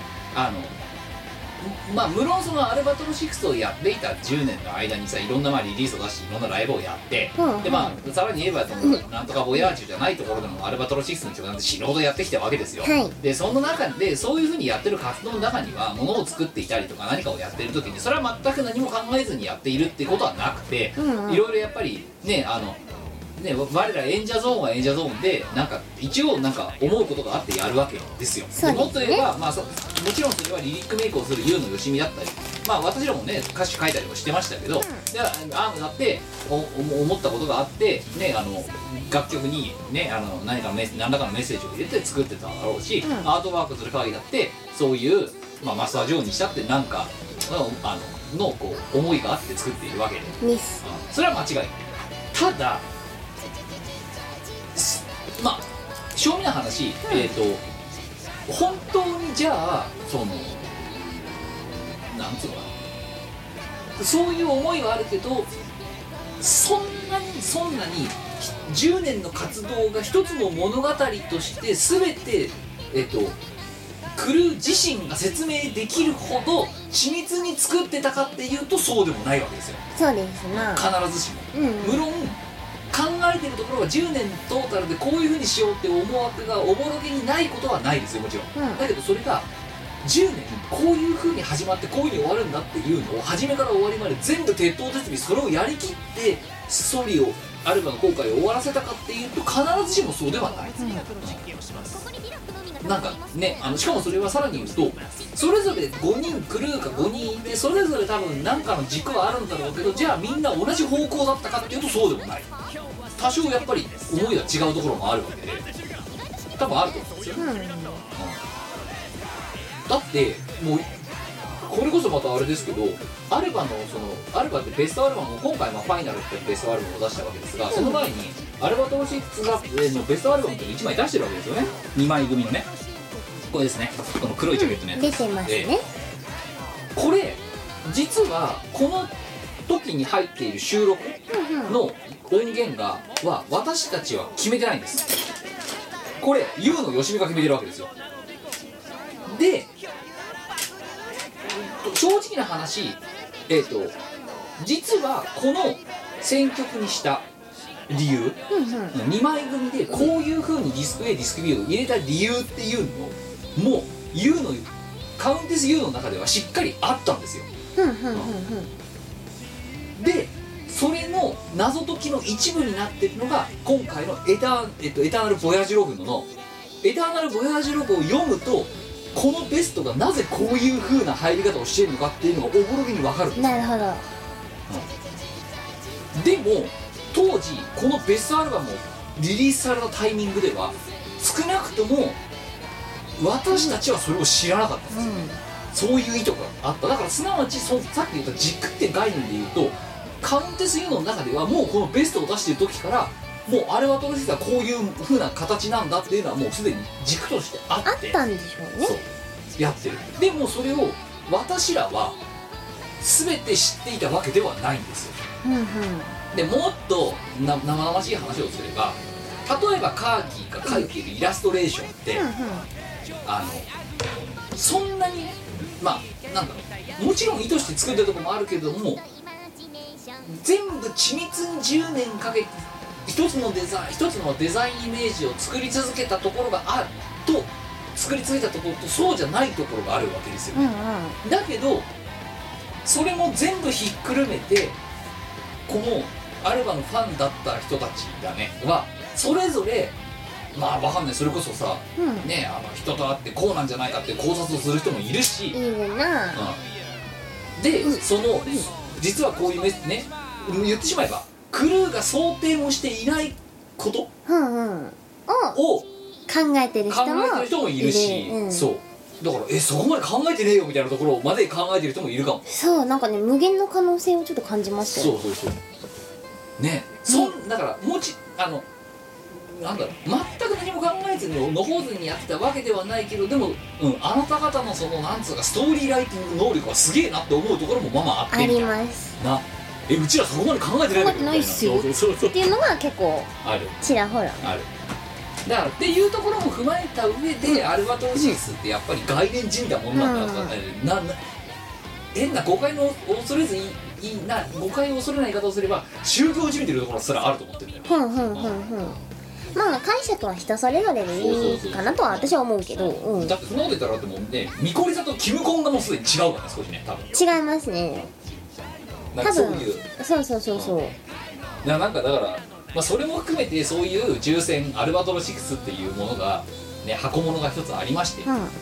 まあ無論そのアルバトロ6をやっていた10年の間にさ、いろんなリリースを出していろんなライブをやって、でまあさらに言えばそのなんとかボヤージュじゃないところでもアルバトロ6の一番死ぬほどやってきたわけですよ、でその中でそういうふうにやってる活動の中には物を作っていたりとか何かをやってる時にそれは全く何も考えずにやっているってことはなくて、いろいろやっぱりね我ら演者ゾーンは演者ゾーンでなんか一応なんか思うことがあってやるわけですよ。 そうですね。 もっと言えば、もちろんそれはリリックメイクをする優のよしみだったり、私らもね歌詞書いたりもしてましたけど、でアームだって思ったことがあってね、楽曲にね何らかのメッセージを入れて作ってただろうし、アートワークする限りだってそういうマスタージョーにしたってなんかのこう思いがあって作っているわけで、それは間違いない。ただ正味な話、本当にじゃあそのなんつうのかな、そういう思いはあるけどそんなに10年の活動が一つの物語として全てクルー自身が説明できるほど緻密に作ってたかっていうとそうでもないわけですよ。 そうですな。 必ずしも、無論考えてるところは10年トータルでこういう風にしようって思惑がおぼろげにないことはないですよ、もちろん、だけどそれが10年こういう風に始まってこういう風に終わるんだっていうのを初めから終わりまで全部鉄頭鉄尾それをやりきってストーリーをアルバの後悔を終わらせたかっていうと必ずしもそうではない、なんかね、しかもそれはさらに言うとそれぞれ5人クルーが5人いてそれぞれ多分何かの軸はあるんだろうけど、じゃあみんな同じ方向だったかっていうとそうでもない。多少やっぱり思いは違うところもあるわけで多分あると思うんですよ、だってもうこれこそまたあれですけどアルバってベストアルバムを今回ファイナルってベストアルバムを出したわけですが、その前にアルバトロ6がのベストアルバムって1枚出してるわけですよね。2枚組のね、これですね、この黒いジャケットのやつ出てますね。 これ実はこの時に入っている収録の音源は私たちは決めてないんです。これ優のよしみが決めてるわけですよ。で正直な話、実はこの選曲にした理由、2枚組でこういう風にディスク A ディスク B を入れた理由っていうのも優のカウンテス優の中ではしっかりあったんですよ。でそれの謎解きの一部になっているのが今回のエターナルボヤージュログのエターナルボヤージュログを読むとこのベストがなぜこういう風な入り方をしているのかっていうのがおぼろげに分かるんですよ。 なるほど、 でも当時このベストアルバムをリリースされたタイミングでは少なくとも私たちはそれを知らなかったんですよ、そういう意図があった。だからすなわちさっき言った軸って概念で言うとカウンテスユーの中ではもうこのベストを出している時からもうアルバトロシスはこういう風な形なんだっていうのはもうすでに軸としてあってあったんでしょうね。 そうやってる。でもそれを私らは全て知っていたわけではないんですよ、でもっと生々しい話をすれば例えばカーキーが描いているイラストレーションって、そんなになんだろう、もちろん意図して作ってるところもあるけれども全部緻密に10年かけて一つのデザインイメージを作り続けたところがあると作り続けたところとそうじゃないところがあるわけですよ、だけどそれも全部ひっくるめてこのアルバのファンだった人たちがねはそれぞれわかんない、それこそさ、ね人と会ってこうなんじゃないかって考察をする人もいるし、 いいな、 で、その実はこういうね言ってしまえばクルーが想定もしていないことを考えてる人もいるし、そうだからそこまで考えてねえよみたいなところまで考えてる人もいるかも。 そうなんかね無限の可能性をちょっと感じましたよ。 そうね、だからなんだろう、全く何も考えずにのほうずにやってたわけではないけど、でも、あなた方のそのなんつうかストーリーライティング能力はすげえなって思うところもままあってありますな。うちらそこまで考えてないんだけどないっすよっていうのが結構あるちらほらある。だからっていうところも踏まえた上で、アルバトロシクスってやっぱり概念じみたものなんだとか、変な誤解の恐れずいいな、誤解を恐れない言い方をすれば宗教じみてるところすらあると思ってるんだよ。 まあ解釈は人それぞれでいいかなとは私は思うけど、 だってそんなこと言ったらだってもうね、ミコリザとキムコンがもうすでに違うからね、少しね、多分違いますね。 なんかそういうそうなんかだから、まあ、それも含めてそういう重戦アルバトロ6っていうものが、ね、箱物が一つありまして、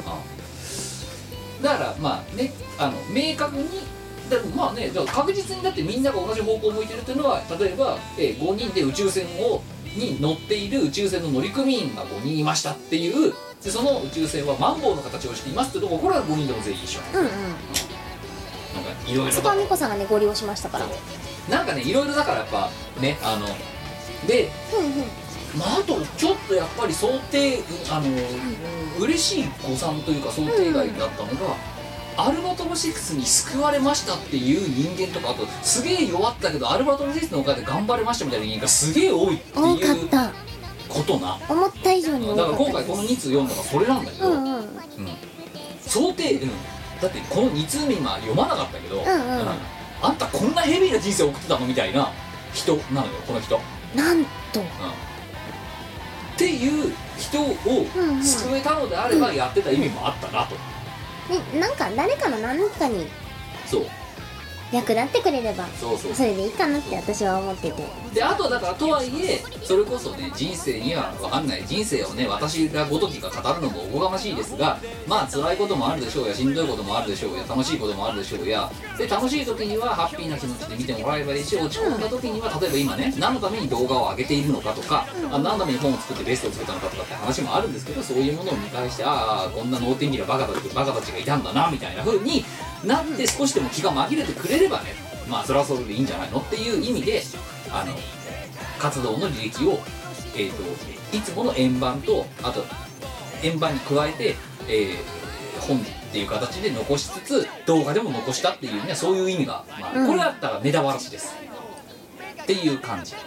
だからまあね、明確にまあね、だから確実にだってみんなが同じ方向を向いてるっていうのは、例えば、5人で宇宙船に乗っている宇宙船の乗組員が5人いましたっていう、でその宇宙船はマンボウの形をしていますってところ、これは5人でも全員一緒なんかいろいろそこはミコさんがねご利用しましたから、 なんかねいろいろだからやっぱねで、まあ、あとちょっとやっぱり想定嬉しい誤算というか想定外だったのが、アルバトロ6に救われましたっていう人間とか、あとすげえ弱ったけどアルバトロ6のおかげで頑張れましたみたいな人間がすげえ多いっていうことな。 思った以上に多かった。 だから今回この2通読んだのはそれなんだけど、想定、だってこの2通目今読まなかったけど、あんたこんなヘビーな人生を送ってたのみたいな人なのよ、この人。 なんと、 っていう人を救えたのであればやってた意味もあったなと。 なんか誰かの何かに役立ってくれればそれでいいかなって私は思ってて、 であとだからとはいえそれこそね、人生には分かんない人生をね私がごときが語るのもおこがましいですが、まあ辛いこともあるでしょうや、しんどいこともあるでしょうや、楽しいこともあるでしょうや、で楽しい時にはハッピーな気持ちで見てもらえばいいし、落ち込んだ時には例えば今ね何のために動画を上げているのかとか、何のために本を作ってベストを作ったのかとかって話もあるんですけど、そういうものを見返して、ああこんな能天気なバカたちがいたんだなみたいな風になって少しでも気が紛れてくれればね、まあそれはそれでいいんじゃないのっていう意味で活動の履歴を、いつもの円盤とあと円盤に加えて、本っていう形で残しつつ動画でも残したっていうね、そういう意味が、まあ、これだったらネタバラシですっていう感じ、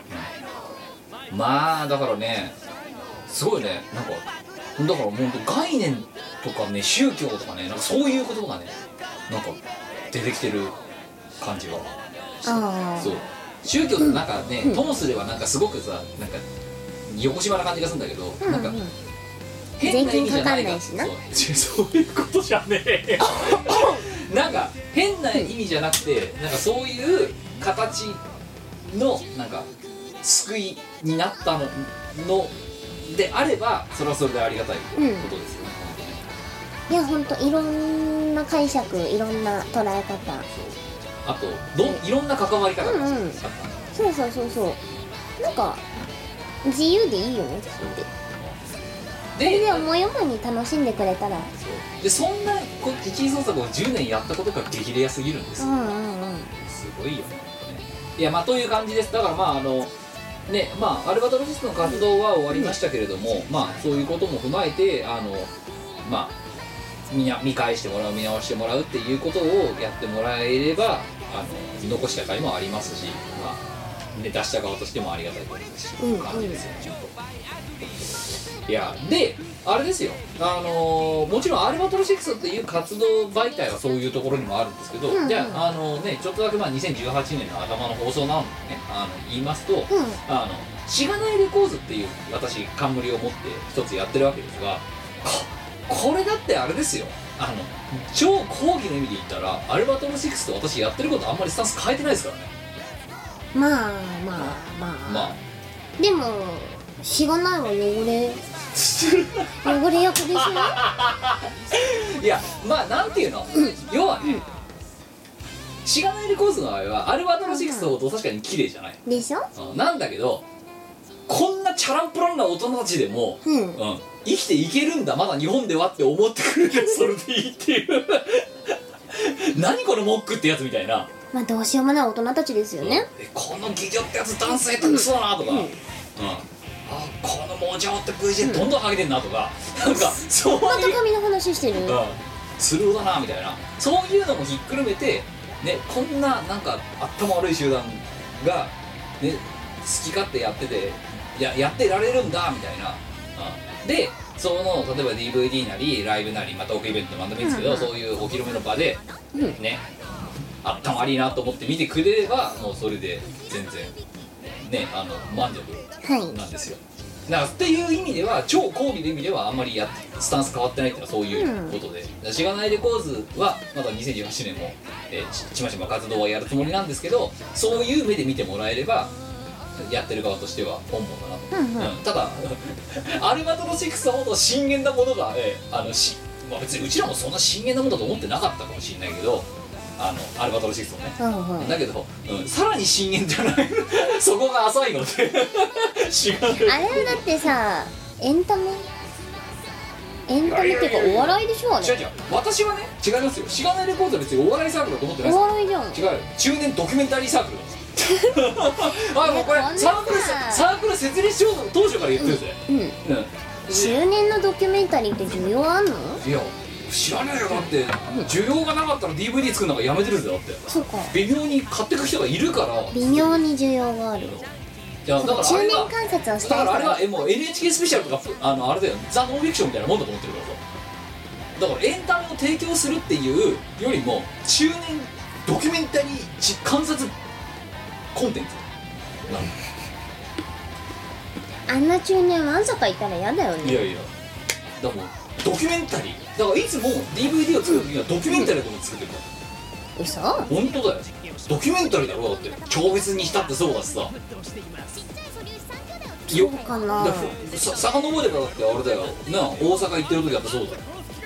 まあだからねすごいね、なんかだから本当概念とかね宗教とかね、なんかそういう言葉がねなんか出てきてる感じはそう宗教ってなんかね、ともすればなんかすごくさ、なんか横島な感じがするんだけど、なんか変な意味じゃないか、そういうことじゃねえなんか変な意味じゃなくて、なんかそういう形のなんか救いになったのであれば、それはそれでありがたいことですよね、 いや本当いろんな解釈、いろんな捉え方、 あといろんな関わり方があった、 そうなんか自由でいいよねってで思い思いに楽しんでくれたら、 でそんな一位創作を10年やったことが激レアすぎるんですよ、すごいよね。いやまあという感じです。だからまあね、まあアルバトロシスの活動は終わりましたけれども、まあそういうことも踏まえてまあ見返してもらう、見直してもらうっていうことをやってもらえれば残した回もありますし、まあね、出した側としてもありがたいことですし、感じですよね。いやであれですよ、もちろんアルバトロ6っていう活動媒体はそういうところにもあるんですけど、じゃあねちょっとだけまあ2018年の頭の放送なのでね言いますと、しがないレコーズっていう私冠を持って一つやってるわけですが、これだってあれですよ、超講義の意味で言ったらアルバトロ6と私やってることあんまりスタンス変えてないですからね。 まあでもしがないは汚れ役でしょいやまあなんていうの、要はねしがないレコーズの場合はアルバトロ6ほど確かに綺麗じゃない、 でしょ。 なんだけどこんなチャランポランな大人たちでも、生きていけるんだまだ日本ではって思ってくれてそれでいいっていう何このモックってやつみたいな、 まあどうしようもない大人たちですよね。 このギギョってやつ男性ってクソだなとか、あこのモジョって VJ どんどんハゲてんなとか、なんかそういうまた髪の話してる。 スルーだなみたいな、そういうのもひっくるめてね、こんななんか頭悪い集団が、ね、好き勝手やっててやってられるんだみたいな、でその例えば DVD なりライブなり、まあ、トークイベントでもなんでもいいんですけど、そういうお披露目の場で、ね、頭悪いなと思って見てくれればもうそれで全然ね満足なんですよ、だからっていう意味では超講義の意味ではあんまりスタンス変わってないっていうのはそういうことで、しがないレコーズはまだ2018年も、ちまちま活動はやるつもりなんですけど、そういう目で見てもらえればやってる側としては本望だなと、ただアルバトロ6ほど深淵なものが、まあ、別にうちらもそんな深淵なものだと思ってなかったかもしれないけど、アルバトロ6もね、だけど、さらに深淵じゃないそこが浅いのであれはだってさ、エンタメっていうかお笑いでしょあれ。 違う私はね違いますよ。しがないレコードは別にお笑いサークルだと思ってないですよ。 お笑いじゃん。 違うよ、中年ドキュメンタリーサークルなんですもうこれサークル設立当初から言ってるぜ。 中年のドキュメンタリーって需要あんの？ いや知らねえよ。だって需要がなかったら DVD 作るのがやめてるぜ。だってそうか、 微妙に買ってく人がいるから。 微妙に需要がある。 いやだから中年観察をしたいから。 だからあれはもう NHK スペシャルとかあれだよ、ザ・ノンフィクションみたいなもんだと思ってるからさ。だからエンタメを提供するっていうよりも中年ドキュメンタリー観察コンテンツなの。 あんな中年わんさかいたら嫌だよね。 いやいや、だからもうドキュメンタリーだから、いつも DVD を作るときにはドキュメンタリーだと思って作ってるから。 嘘？ 本当だよ、ドキュメンタリーだろ。だって超別にしたってそうだしさ。 そうかな。 遡ればだってあれだよな、大阪行ってる時だってそうだよ。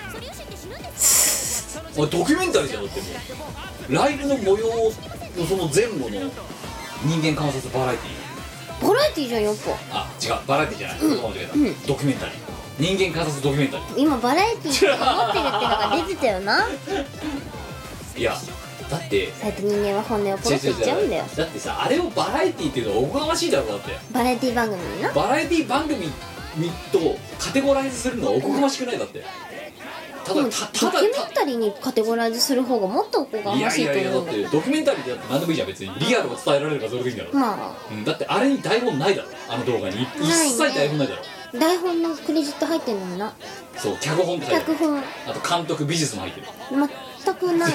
ドキュメンタリーじゃん。だってもうライブの模様のその前後の人間観察バラエティー。 バラエティーじゃんやっぱ。 あ、違う、バラエティーじゃない、間違えた、ドキュメンタリー、人間観察ドキュメンタリー。 今バラエティーって思ってるってのが出てたよな。 いやだって最近人間は本音をポロッと言っちゃうんだよ。 だってさ、あれをバラエティーっていうのはおこがましいだろ。だってバラエティー番組にな。 バラエティー番組とカテゴライズするのはおこがましくない。だってただドキュメンタリーにカテゴライズする方がもっとおこがましいと思うんだけど。 だってドキュメンタリーって何でもいいじゃん別に。リアルを伝えられればそれでいいんだろ。 まあ、 だってあれに台本ないだろ、あの動画に一切台本ないだろ。 台本のクレジット入ってんのにな。 そう、脚本って書いてある。 脚本、 あと監督、美術も入ってる。 全くない。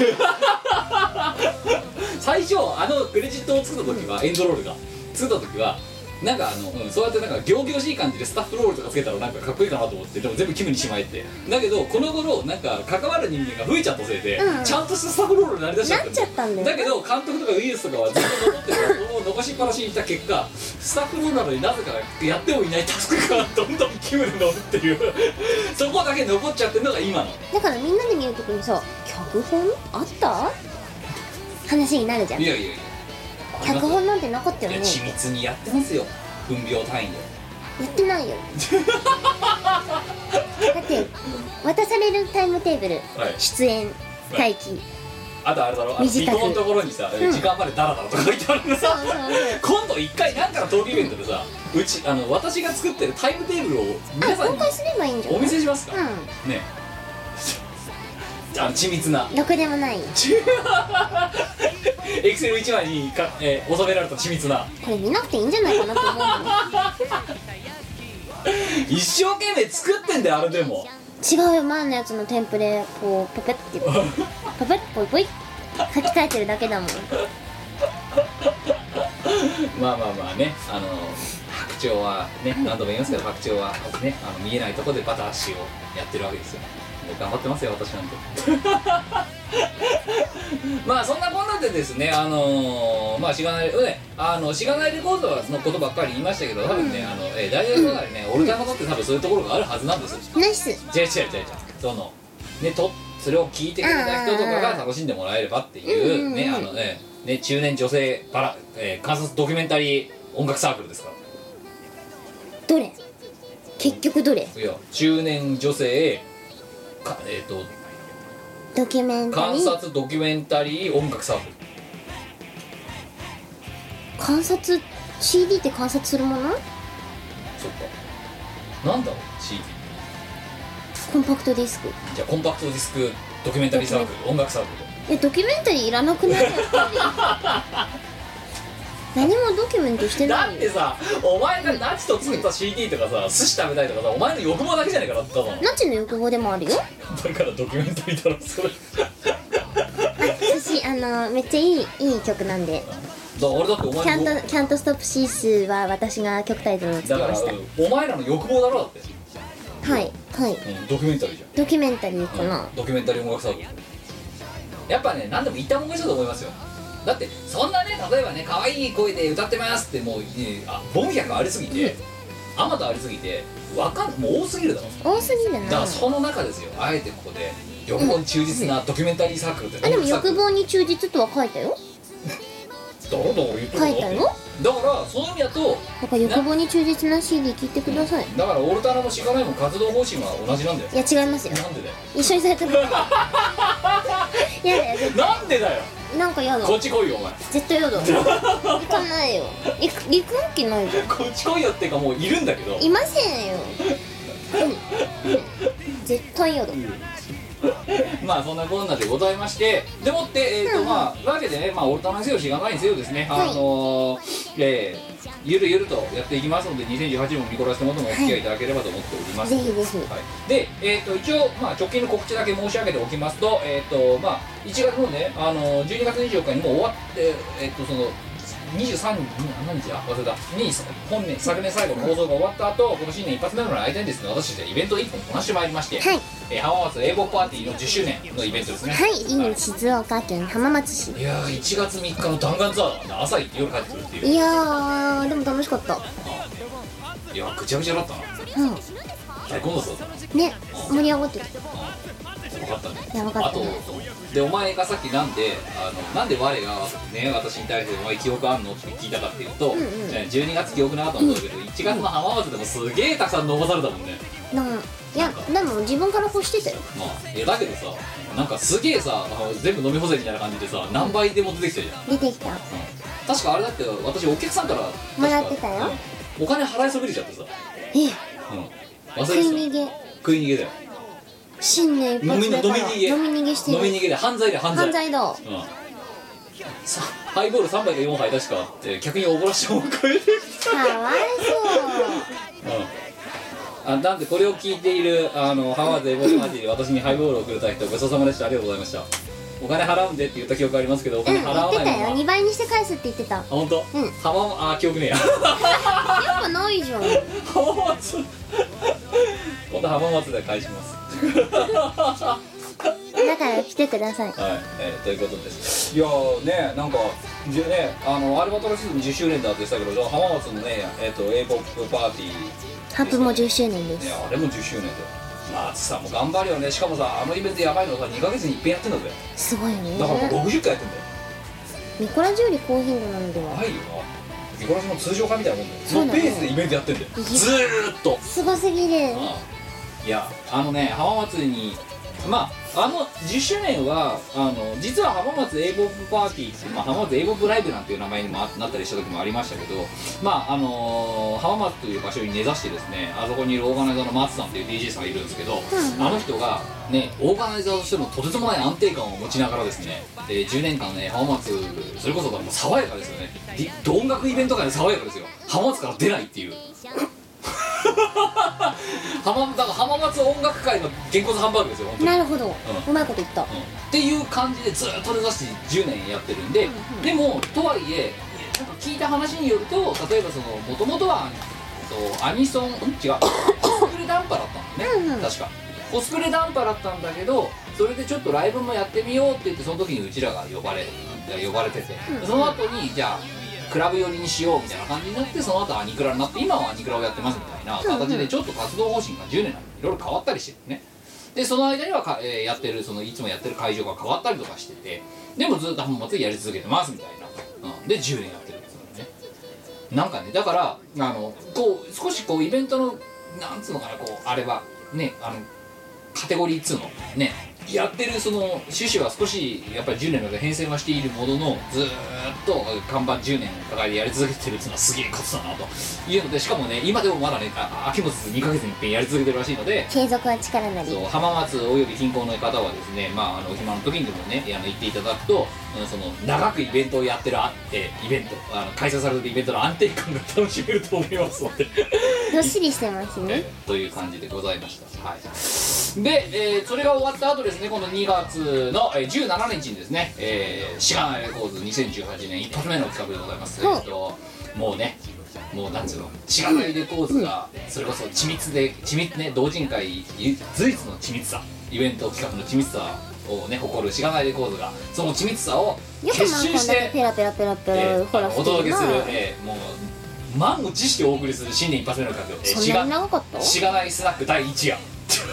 最初クレジットを作った時は、エンドロールが作った時はなんかそうやってなんか仰々しい感じでスタッフロールとかつけたらなんかかっこいいかなと思って、でも全部キムにしまえってだけど、この頃なんか関わる人間が増えちゃったせいで、ちゃんとしたスタッフロールになりだしちゃったなっちゃったんだよ。 だけど監督とかウイルスとかはずっと残ってるから、その残しっぱなしにした結果、スタッフロールなのになぜかやってもいないタスクがどんどんキムで乗るっていうそこだけ残っちゃってるのが今の。 だからみんなで見るときにさ、脚本あった話になるじゃん。 いやいやいや、 脚本なんてなかったよね。 緻密にやってますよ、分秒単位で。 やってないよ。だって渡されるタイムテーブル、 はい、 出演待機、 あとあれだろ、 短く離島のところにさ、時間までダラダラとか書いてあるのさ、今度一回なんかのトークイベントでさ、私が作ってるタイムテーブルを皆さんに公開すればいいんじゃない？ お見せしますか、ね。緻密なろくでもないエクセル1枚に収められた緻密な。 これ見なくていいんじゃないかなと思うの。 一生懸命作ってんだよ、あれでも。 違うよ、前のやつのテンプレこうパペッてパペッポイポイ書き換えてるだけだもん。 まあね、白鳥はね、何度も言いますけど、白鳥はね、見えないところでバタ足をやってるわけですよ。頑張ってますよ、私なんて。まあそんなこんなでですね、まあしがないレコードのことばっかり言いましたけど、多分ね、大学のね、オルタナドって多分そういうところがあるはずなんですよ。 ナイス。 違うそのね、 それを聞いてくれた人とかが楽しんでもらえればっていうね、中年女性観察ドキュメンタリー音楽サークルですから。 どれ結局どれ？ いや中年女性ドキュメンタリー観察ドキュメンタリー音楽サークル。 観察 CD って観察するもの？ そっか、なんだろう CD。 コンパクトディスク。 じゃあコンパクトディスクドキュメンタリーサークル音楽サークル。 ドキュメンタリーいらなくない？やっぱり何もドキュメントしてないよ。 だってさ、お前がナチと作った CD とかさ、寿司食べたいとかさ、お前の欲望だけじゃねえかなってナチの欲望でもあるよ。 だからドキュメンタリーだろそれ。 私めっちゃいい曲なんで。 だからだってお前のキャントストップシースは私が曲タイトルをつけました。 だからお前らの欲望だろだって。 はいはい、 ドキュメンタリーじゃん。 ドキュメンタリーかな、 ドキュメンタリー音楽サークル。やっぱね、何でも言ったもん勝ちだと思いますよ。だってそんなね、例えばね、可愛い声で歌ってますってもうボン100ありすぎて、あまたありすぎてもう多すぎるだろ。 多すぎるな。 だからその中ですよ、あえてここで欲望に忠実なドキュメンタリーサークルって。 でも欲望に忠実とは書いたよ。 だろ言ってる書いたよ。 だからその意味だと、 だから欲望に忠実な CD 聞いてください。 だからオルタナもシガナイも活動方針は同じなんだよ。 いや違いますよ。 なんでだよ。 一緒にされたの。やだよ絶対。 なんでだよ。 なんかやだ。 こっち来いよお前。 絶対やだ。行かないよ。行くわけないじゃん。 こっち来いよっていうかもういるんだけど。 いませんよ。絶対やだ。 まあそんなこんなでございまして、でもってまあわけでね、まあオルタナにせよしがないにせよですね、ゆるゆるとやっていきますので、2018年も見こらせてもともお付き合いいただければと思っております。 ぜひぜひ。 はい、で一応まあ直近の告知だけ申し上げておきますと、まあ1月のね12月24日にもう終わってその23日何日だ忘れたに昨年最後の放送が終わった後、この新年一発目の間にですね、私たちはイベントを1本こなしてまいりまして、 はい、 浜松英語パーティーの10周年のイベントですね。 はい、静岡県浜松市。 いやー1月3日の弾丸ツアーだからね、朝行って夜帰ってくるっていう。 いやーでも楽しかった。 いやぐちゃぐちゃだったな。最高のそうだったね、盛り上がってた。 分かったね。 いや分かった。 あとでお前がさっきなんで我がね私に対してお前記憶あんのって聞いたかっていうと、12月記憶なかったんだけど、1月の浜松でもすげえたくさん残されたもんね。 いやでも自分から欲してたよ。 まあだけどさ、なんかすげえさ全部飲み干せみたいな感じでさ、何倍でも出てきたじゃん。 出てきた。 確かあれだって、私お客さんからもらってたよ。 お金払いそびれちゃってさ、忘れてた。 食い逃げだよ。 新年一発目から飲み逃げしてる。 飲み逃げで犯罪だ。 犯罪だ。 ハイボール3杯か4杯確かあって客におごらしてもらえてかわいそう。 なんでこれを聞いている浜松英語パーティーで私にハイボールをくれた人、ごちそうさまでした。ありがとうございました。お金払うんでって言った記憶ありますけど、お金払わないまま、 言ってたよ。2倍にして返すって言ってた。 本当？記憶ねえや。 やっぱないじゃん。 浜松今度浜松で返します。 だから来てください。 はい、ということです。いやーね、なんかアルバトロシズム10周年だって言ってたけど、浜松のねA-POP パーティー、 ハップも10周年です。 あれも10周年で、松さんも頑張るよね。しかもさ、イベントやばいのさ、2ヶ月に一遍やってんだぜ。 すごいよね。 だからもう60回やってんだよ。 ミコラジより高頻度なんではないよな。ミコラジの通常化みたいなもんだよ。そのペースでイベントやってんだよ、ずーっと。 すごすぎる。 いや浜松に10周年は実は浜松英語パーティーって、浜松英語ライブなんていう名前にもなったりした時もありましたけど、浜松という場所に根ざしてですね、あそこにいるオーガナイザーの松さんっていう DJ さんがいるんですけど、あの人がねオーガナイザーとしてのとてつもない安定感を持ちながらですね、10年間ね浜松それこそもう爽やかですよね。音楽イベント界で爽やかですよ。浜松から出ないっていうだから浜松音楽界のげんこつハンバーグですよ本当に。 なるほど、うまいこと言った、 っていう感じでずっと目指して10年やってるんで、でもとはいえなんか聞いた話によると、例えばもともとはアニソン違うコスプレダンパだったんだね、確かコスプレダンパだったんだけど、それでちょっとライブもやってみようって言って、その時にうちらが呼ばれてて、その後にじゃあクラブ寄りにしようみたいな感じになって、その後アニクラになって、今はアニクラをやってますみたいな形で、ちょっと活動方針が10年なんでいろいろ変わったりしてるね。 でその間にはやってるそのいつもやってる会場が変わったりとかしてて、でもずっと浜松やり続けてますみたいな、で10年やってるんですよね。なんかね、だからこう少しこうイベントのなんつうのかな、こうあれはね、カテゴリー2のねやってるその趣旨は少しやっぱり10年まで変遷はしているものの、ずーっと看板10年お互いでやり続けてるっていうのはすげえことだなというので、しかもね今でもまだね秋元2ヶ月に一遍やり続けてるらしいので、 継続は力なり。 そう浜松および近郊の方はですね、お暇の時にでもね行っていただくと、その長くイベントをやってるイベント開催されてるイベントの安定感が楽しめると思いますのでどっしりしてますねという感じでございました。はい。で、それが終わった後ですね、今度2月の17日にですね、しがないレコーズ2018年一発目の企画でございます。もうね、もうなんつうの、しがないレコーズがそれこそ緻密ね、同人会随一の緻密さ、イベント企画の緻密さをね誇るしがないレコーズが、その緻密さを結集してペラペラペラペラほらお届けする、もう満を持してお送りする新年一発目の企画、 そんなに長かった？ しがないスナック第1夜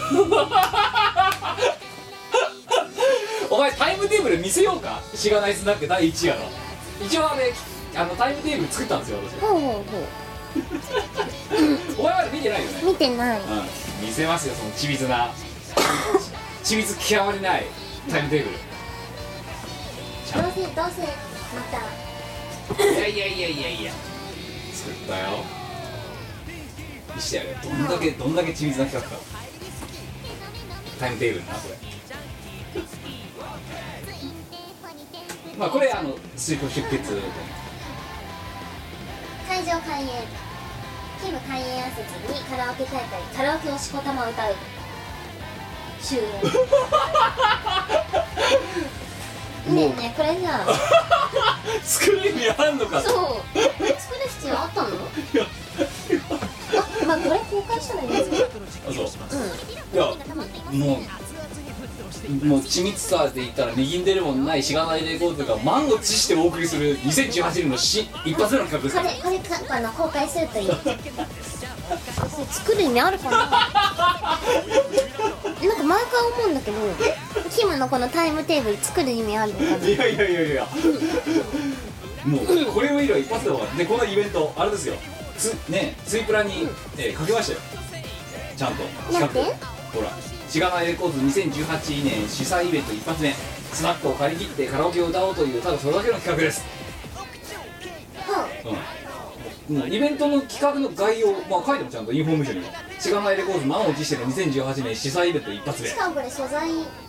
お前タイムテーブル見せようか、しがないスナック第1夜の一応タイムテーブル作ったんですよ私。 ほうほうほうお前まで見てないよね。 見てない。 見せますよ、その緻密な緻密極まりないタイムテーブル。 どうせまたいや作ったよ。見してやるよ、どんだけ緻密な企画か。タイムテーブルなこれこれ水庫出血会場開演、キム開演挨拶にカラオケ大会、カラオケをしこたま歌う終演ねえねえ、これじゃ作る意味あんのか。 そう作る必要あったの？これ公開したらいいですよ。 いやもう緻密さで言ったら右に出るもんないしがないレコードが満を持してお送りする2018年の一発目の企画です。 これ公開するといい。作る意味あるかな。なんか毎回思うんだけど、キムのこのタイムテーブル作る意味あるのかな。 いやもうこれを見れば一発で分かる。でこのイベントあれですよ、ツイプラに、書きましたよちゃんと企画。ほら、しがないレコーズ2018年主催イベント一発目、スナックを借り切ってカラオケを歌おうというただそれだけの企画です。イベントの企画の概要、書いてもちゃんとインフォメーションにはしがないレコーズ満を持しての2018年主催イベント一発目。 しかもこれ素材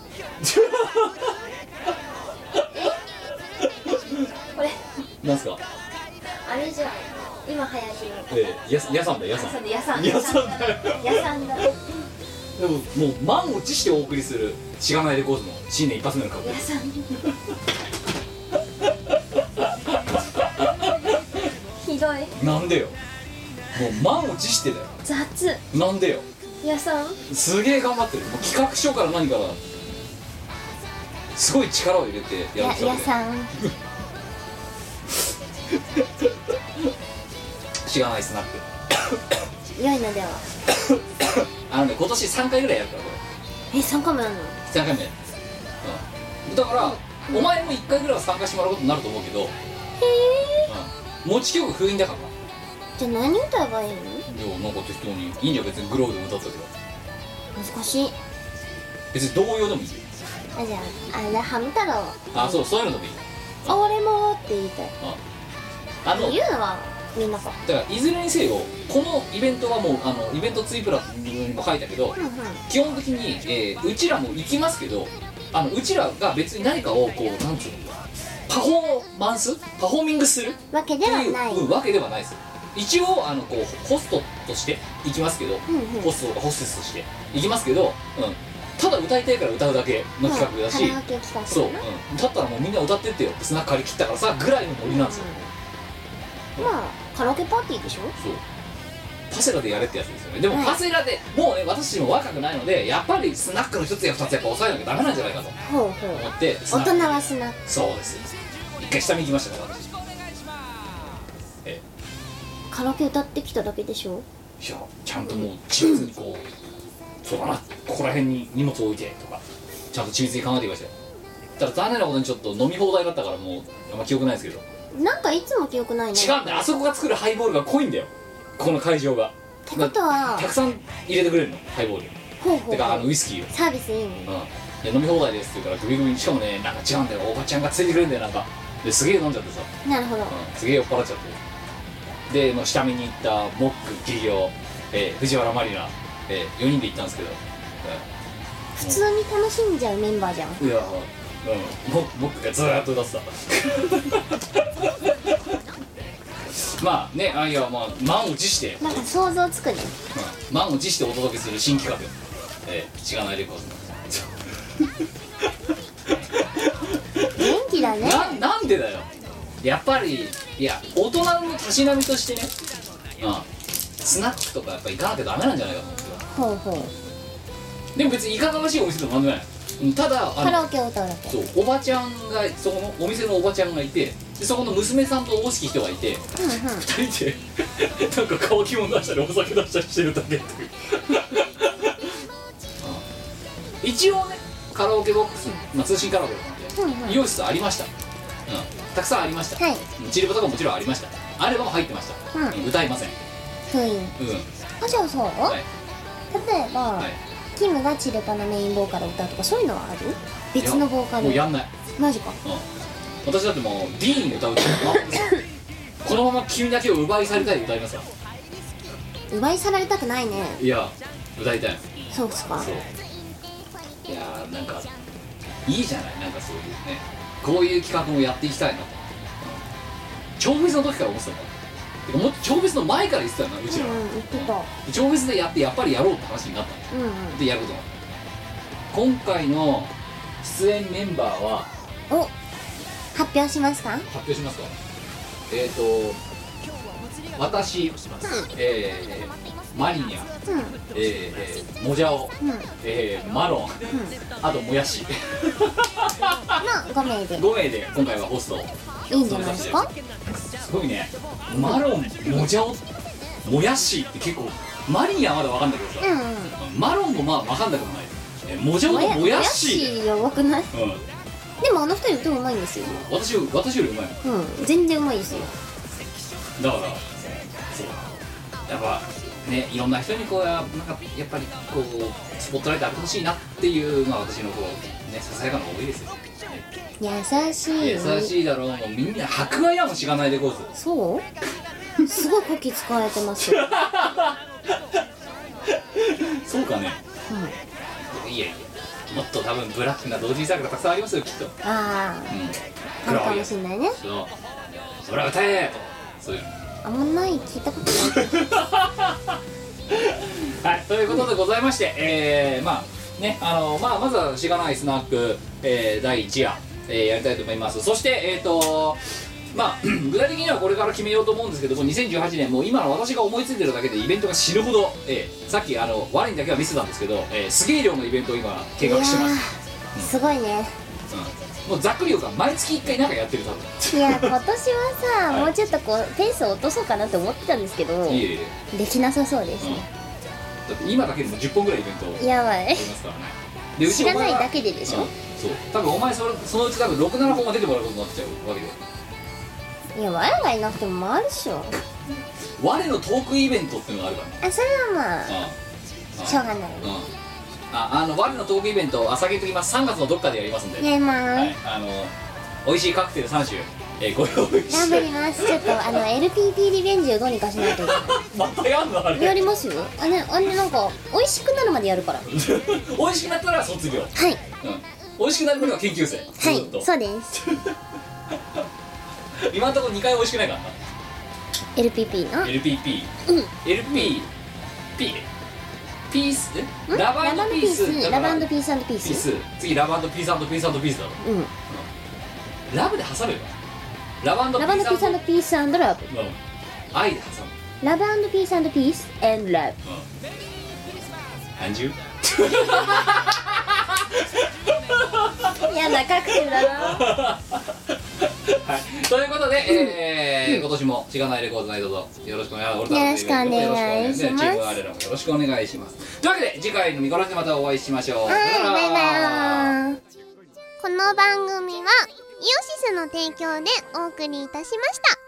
これなんすかあれじゃん、今流行りのやさんだよ。でももう満を持してお送りするしがないレコーズの新年一発目の企画です。 ひどい。 なんでよ、もう満を持してだよ。 雑。 なんでよ、 やさんすげえ頑張ってる。もう企画書から何からすごい力を入れてやる。 やさんしがないスナック良いのでは。 今年3回ぐらいやるからこれ。 3回もやるの 3回目、だから、お前も1回ぐらいは参加してもらうことになると思うけど、持ち曲封印だからな。 じゃあ何歌えばいいの？ いや、なんか適当にいいんじゃん、別にグローでも歌ったけど。 難しい。 別に童謡でもいいよ。 じゃあハム太郎。 そういうのでもいい。 俺もって言いたい。言うのはみんなか。 だからいずれにせよこのイベントはもうイベントツイプラにも書いたけど、基本的に、うちらも行きますけど、うちらが別に何かをこうなんつうのパフォーミングするわけではない。 わけではないですよ。一応こうホストとして行きますけど、ホストとかホステスとして行きますけど、ただ歌いたいから歌うだけの企画だし、 カラオケ企画そう、だったらもうみんな歌ってってよってスナック借り切ったからさぐらいのノリなんですよ。 カラオケパーティーでしょ。 そうパセラでやれってやつですよね。でもパセラでもうね、私も若くないのでやっぱりスナックの一つや二つやっぱ抑えなきゃダメなんじゃないかと思って大人はスナック。 そうです。一回下見行きましたから私。 カラオケ歌ってきただけでしょ。 いやちゃんともう緻密にこうそうだな、ここら辺に荷物置いてとかちゃんと緻密に考えていましたよ。ただ残念なことにちょっと飲み放題だったからもうあんま記憶ないですけど。 なんかいつも記憶ないね。 違うんだよ、あそこが作るハイボールが濃いんだよ、この会場が。 ってことはたくさん入れてくれるの、ハイボール。 ほうほうてかウイスキーを、 サービスいいね。 で飲み放題ですって言うからグビグビ、しかもね、なんか違うんだよ、おばちゃんがついてくれるんだよ、なんかですげえ飲んじゃってさ、 なるほど。 すげえ酔っ払っちゃって、で、まあ、下見に行ったモック、企業、藤原マリナ、4人で行ったんですけど、 普通に楽しんじゃうメンバーじゃん。 いや、モックがずーっと歌ってたまあね、いや、まあ満を持して、 なんか想像つくね。 満を持してお届けする新企画、しがないレコー元気だね。 ズ。なんでだよ、やっぱり、いや、大人のたしなみとしてね、スナックとかやっぱ行かなきゃダメなんじゃないかと思うんですよ。 ほうほう。 でも別にいかがわしいお店でもなんでもない。ただカラオケを歌うだけ。 そう、おばちゃんが、そこのお店のおばちゃんがいて、でそこの娘さんと大好き人がいて、2人でなんか乾き物出したりお酒出したりしてるだけっていう一応ね、カラオケボックス、通信カラオケなんで、イオシスありました、たくさんありました、チリパとかもちろんありました、あればも入ってました、歌いません。 封印。あ、じゃあさ、例えば、キムがチルパのメインボーカルを歌うとかそういうのはある？別のボーカル。 もうやんない。 マジか。 私だってもうディーン歌うとこのまま君だけを奪い去りたいで歌いますから。 奪い去られたくないね。 いや、歌いたい。 そうですか。 いやー、なんかいいじゃない、なんかそういうね、こういう企画もやっていきたいなと。超フェスの時から思ってたんだ。てかもっと超フェスの前から言ってたよな、うちら。 言ってた。 超フェスでやってやっぱりやろうって話になった。でやることになった。今回の出演メンバーは発表しますか？ 発表しますか。私、マリニャ、モジャオ、マロン、あとモヤシの5名で 5名で今回はホストをいいんじゃないですか。 すごいね。マロン、モジャオ、モヤシって結構、マリニャはまだ分かんないけどさ、マロンもまあ分かんなくもない。モジャオとモヤシやばくない？でもあの2人歌うまいんですよ。 私よりうまいの。 全然うまいですよ。 だからそうやっぱね、いろんな人にこうなんかやっぱりこうスポットライト当ててほしいなっていうのは私のこうね、ささやかな思いですよ。 優しい。 優しいだろう。もうみんな博愛やもしがないレコーズ。 そうすごいこき使われてますよ。 そうかね。いやいや、もっと多分ブラックな同人作がたくさんありますよ、きっと。 あるかもしれないね。 そう、それは歌えと、そういうのあんまない、聞いたことない。 はい、ということでございまして、まあね、まあ、まずはしがないスナック、第1夜、やりたいと思います。そしてまあ具体的にはこれから決めようと思うんですけども、2018年もう今の私が思いついてるだけでイベントが死ぬほど、さっき我にだけは見せたんですけど、すげえ量のイベントを今計画してます。 すごいね。 もうざっくり言うから毎月1回なんかやってる多分。 いや今年はさ、もうちょっとこうペースを落とそうかなって思ってたんですけど、できなさそうですね。 だって今だけでも10本ぐらいイベントやばい。 ありますからね。で知らないだけででしょ。 そう、多分お前そのうち多分 6,7 本が出てもらうことになっちゃうわけで。 いや我がいなくても回るっしょ。 我のトークイベントっていうのがあるからね。 それはまあしょうがない。 我のトークイベント先言っときます。3月のどっかでやりますんで、 やります。 美味しいカクテル3種、ご用意して頑張ります。ちょっとLPP リベンジをどうにかしないといけない。 またやんのあれ。 やりますよ。あれなんか美味しくなるまでやるから。 美味しくなったら卒業。 はい。 美味しくなるまでは研究生。 はい、そうです。 今のところ2回美味しくないからな。 LPP の LPP、LPピース、ラブ&ピース、 ラブ&ピース&ピース、 次ラブ&ピース&ピース&ピースだろ。ラブで挟めばラブ&ピース& ピース&ラブ、 愛で挟むラブ&ピース&ピース&ラブ。 何十嫌なカクテルだな。 はい、ということで、今年もしがないレコード内どうぞよろしくお願いします。 よろしくお願いします。 チーム我らもよろしくお願いします。というわけで次回の見殺しでまたお会いしましょう。 バイバイ。 この番組はイオシスの提供でお送りいたしました。